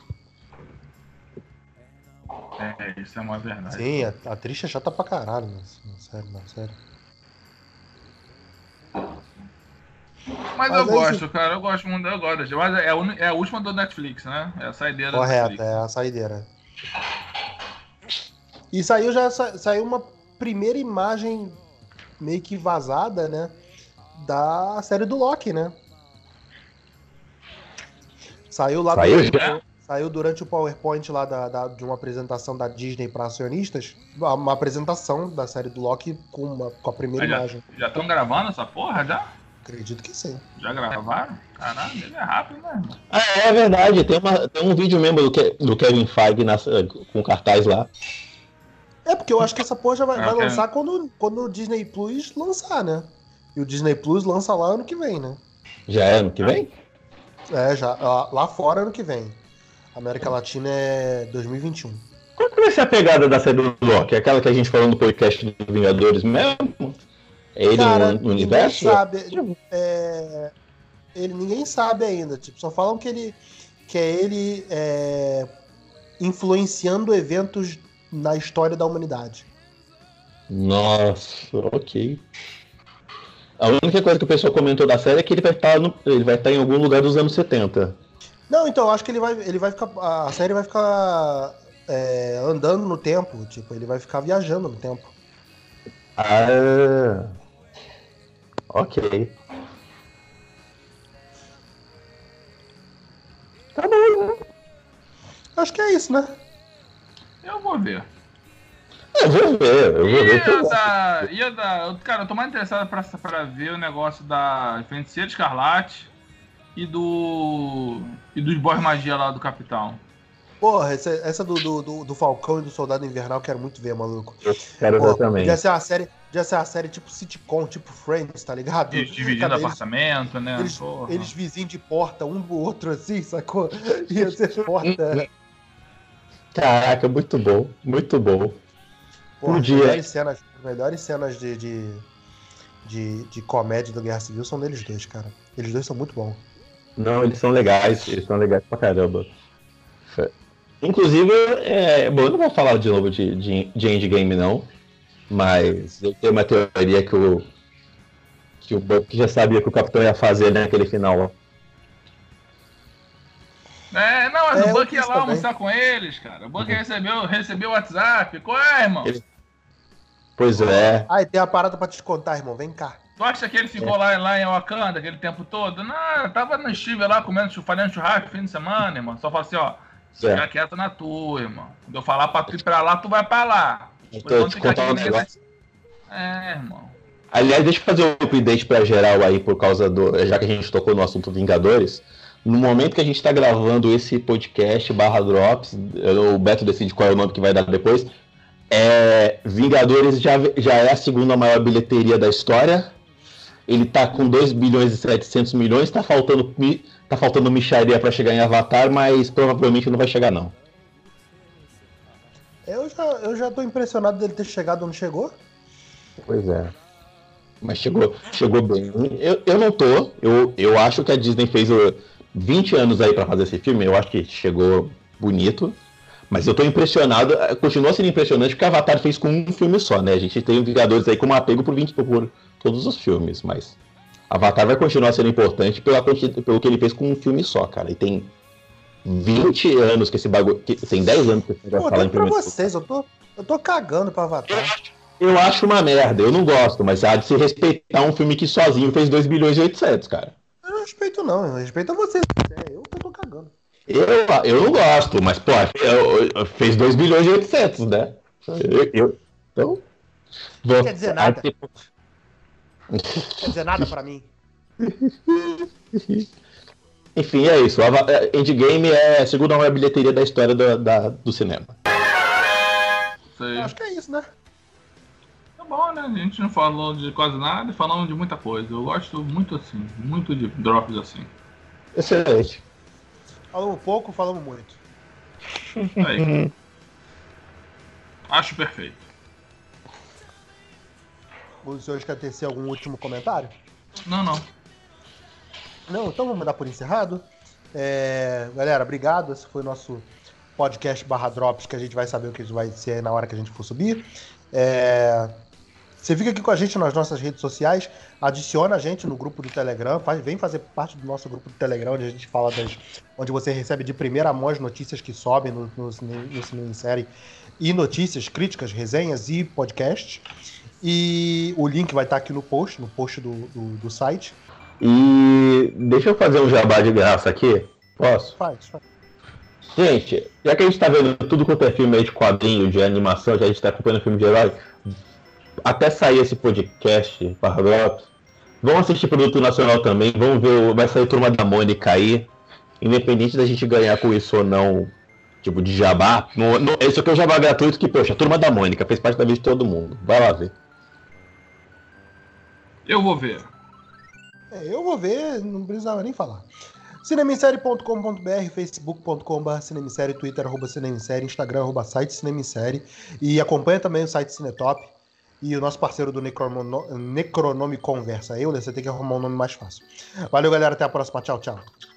É, isso é uma verdade.
Sim, a, a Trish é chata pra caralho, mas, não, sério, não, sério.
Mas, mas eu gosto, esse... cara, eu gosto muito, eu gosto. Mas é a, un... é a última do Netflix, né? É a saideira.
Correto, é a saideira. E saiu já sa... saiu uma primeira imagem meio que vazada, né? Da série do Loki, né? Saiu lá
saiu,
do...
já?
Saiu durante o PowerPoint lá da, da, de uma apresentação da Disney para acionistas, uma apresentação da série do Loki com, uma, com a primeira
já,
imagem.
Já estão gravando essa porra, já?
Acredito que sim.
Já gravaram? Caralho, ele é rápido, né?
Ah, é verdade, tem, uma, tem um vídeo mesmo do, Ke, do Kevin Feige na, com cartaz lá.
É, porque eu acho que essa porra já vai, vai lançar quando, quando o Disney Plus lançar, né? E o Disney Plus lança lá ano que vem, né?
Já é ano que vem?
É, já. Lá, lá fora ano que vem. América Latina é dois mil e vinte e um.
Qual que vai ser a pegada da série do Loki? Aquela que a gente falou no podcast dos Vingadores mesmo? É ele
Cara,
no, no universo?
Sabe, é, ele, ninguém sabe ainda. Tipo, só falam que ele que é ele é, influenciando eventos na história da humanidade.
Nossa, ok. A única coisa que o pessoal comentou da série é que ele vai estar, no, ele vai estar em algum lugar dos anos setenta.
Não, então, eu acho que ele vai, ele vai ficar. A série vai ficar é, andando no tempo. Tipo, ele vai ficar viajando no tempo.
Ah. Ok. Tá bom, né?
Acho que é isso, né?
Eu vou ver.
Eu vou ver, eu vou
ia
ver.
Da, ia da, cara, eu tô mais interessado pra, pra ver o negócio da Feiticeira Escarlate e do. E dos Boys Magia lá do Capitão.
Porra, essa, essa do, do, do Falcão e do Soldado Invernal eu quero muito ver, maluco.
Eu quero
Porra,
ver também.
Podia ser uma série, podia ser uma série tipo sitcom, tipo Friends, tá ligado?
Eles dividindo
Cada
apartamento, né?
Eles, eles vizinhos de porta, um do outro assim, sacou? Ia ser porta.
Caraca, muito bom, muito bom.
Porra,
um
as
dia.
melhores cenas, as melhores cenas de, de, de, de comédia do Guerra Civil são deles dois, cara. Eles dois são muito bons.
Não, eles são legais, eles são legais pra caramba. Inclusive, é, bom, eu não vou falar de novo de, de, de Endgame, não. Mas eu tenho uma teoria que o que o Buck já sabia que o Capitão ia fazer naquele final.
É, não, mas
é,
o Buck ia lá almoçar com eles, cara. O Buck uhum. recebeu, recebeu o WhatsApp. Qual é, irmão?
Ele... Pois é.
Ah, e tem a parada pra te contar, irmão. Vem cá.
Tu acha que ele ficou é. lá, lá em Wakanda aquele tempo todo? Não, tava no Steve lá comendo, fazendo churrasco fim de semana, irmão. Só fala assim, ó, fica é. quieto na tua, irmão. Quando eu falar pra tu ir pra lá, tu vai pra lá.
Então, te contar um negócio.
É, irmão.
Aliás, deixa eu fazer um update pra geral aí, por causa do... Já que a gente tocou no assunto Vingadores. No momento que a gente tá gravando esse podcast barra Drops, o Beto decide qual é o nome que vai dar depois, é... Vingadores já, já é a segunda maior bilheteria da história. ele tá com dois bilhões e setecentos milhões, tá faltando, tá faltando mixaria pra chegar em Avatar, mas provavelmente não vai chegar, não.
Eu já, eu já tô impressionado dele ter chegado onde chegou.
Pois é. Mas chegou, chegou bem. Eu, eu não tô. Eu, eu acho que a Disney fez vinte anos aí pra fazer esse filme. Eu acho que chegou bonito. Mas eu tô impressionado. Continua sendo impressionante porque Avatar fez com um filme só, né? A gente tem Vingadores aí com um apego por, vinte, por todos os filmes. Mas Avatar vai continuar sendo importante pela, pelo que ele fez com um filme só, cara. E tem vinte anos que esse bagulho. Que, tem dez anos que esse
vai falar em pra vocês, eu tô, eu tô cagando pra Avatar.
Eu acho uma merda, eu não gosto, mas há de se respeitar um filme que sozinho fez dois bilhões e oitocentos, cara.
Eu não respeito, não, eu respeito a vocês. É eu que tô cagando.
Eu, eu não gosto, mas, pô, eu, eu, fez dois bilhões e oitocentos, né? Eu, eu, então.
Não quer dizer nada. Tipo... Quer dizer nada pra mim.
Enfim, é isso. Endgame é a segunda maior bilheteria da história do, da, do cinema.
Sei.
Acho que é isso, né?
Tá bom, né? A gente não falou de quase nada e falamos de muita coisa. Eu gosto muito assim, muito de drops assim.
Excelente.
Falamos pouco, falamos muito.
Aí. Acho perfeito.
Os senhores querem tecer algum último comentário?
Não, não.
Não, então vamos dar por encerrado. É... Galera, obrigado. Esse foi o nosso podcast barra drops, que a gente vai saber o que vai ser na hora que a gente for subir. É... Você fica aqui com a gente nas nossas redes sociais, adiciona a gente no grupo do Telegram, faz, vem fazer parte do nosso grupo do Telegram, onde a gente fala das, onde você recebe de primeira mão as notícias que sobem no, no, no Cinema em Série, e notícias, críticas, resenhas e podcasts. E o link vai estar aqui no post, no post do, do, do site.
E deixa eu fazer um jabá de graça aqui. Posso?
Faz, faz.
Gente, já que a gente tá vendo tudo quanto é filme aí de quadrinho, de animação, já a gente tá acompanhando filme de herói, até sair esse podcast, Paradox, vamos assistir produto nacional também, vamos ver, vai sair Turma da Mônica aí, independente da gente ganhar com isso ou não, tipo, de jabá, no, no, esse aqui é o jabá gratuito que, poxa, Turma da Mônica, fez parte da vida de todo mundo, vai lá ver.
Eu vou ver.
É, eu vou ver, não precisava nem falar. cinemissérie ponto com ponto b r, facebook ponto com barra cinemissérie, twitter arroba cinemissérie, instagram arroba site cinemissérie, e acompanha também o site Cinetop e o nosso parceiro do Necrono... Necronome Conversa. Eu, você tem que arrumar um nome mais fácil. Valeu, galera, até a próxima, tchau, tchau.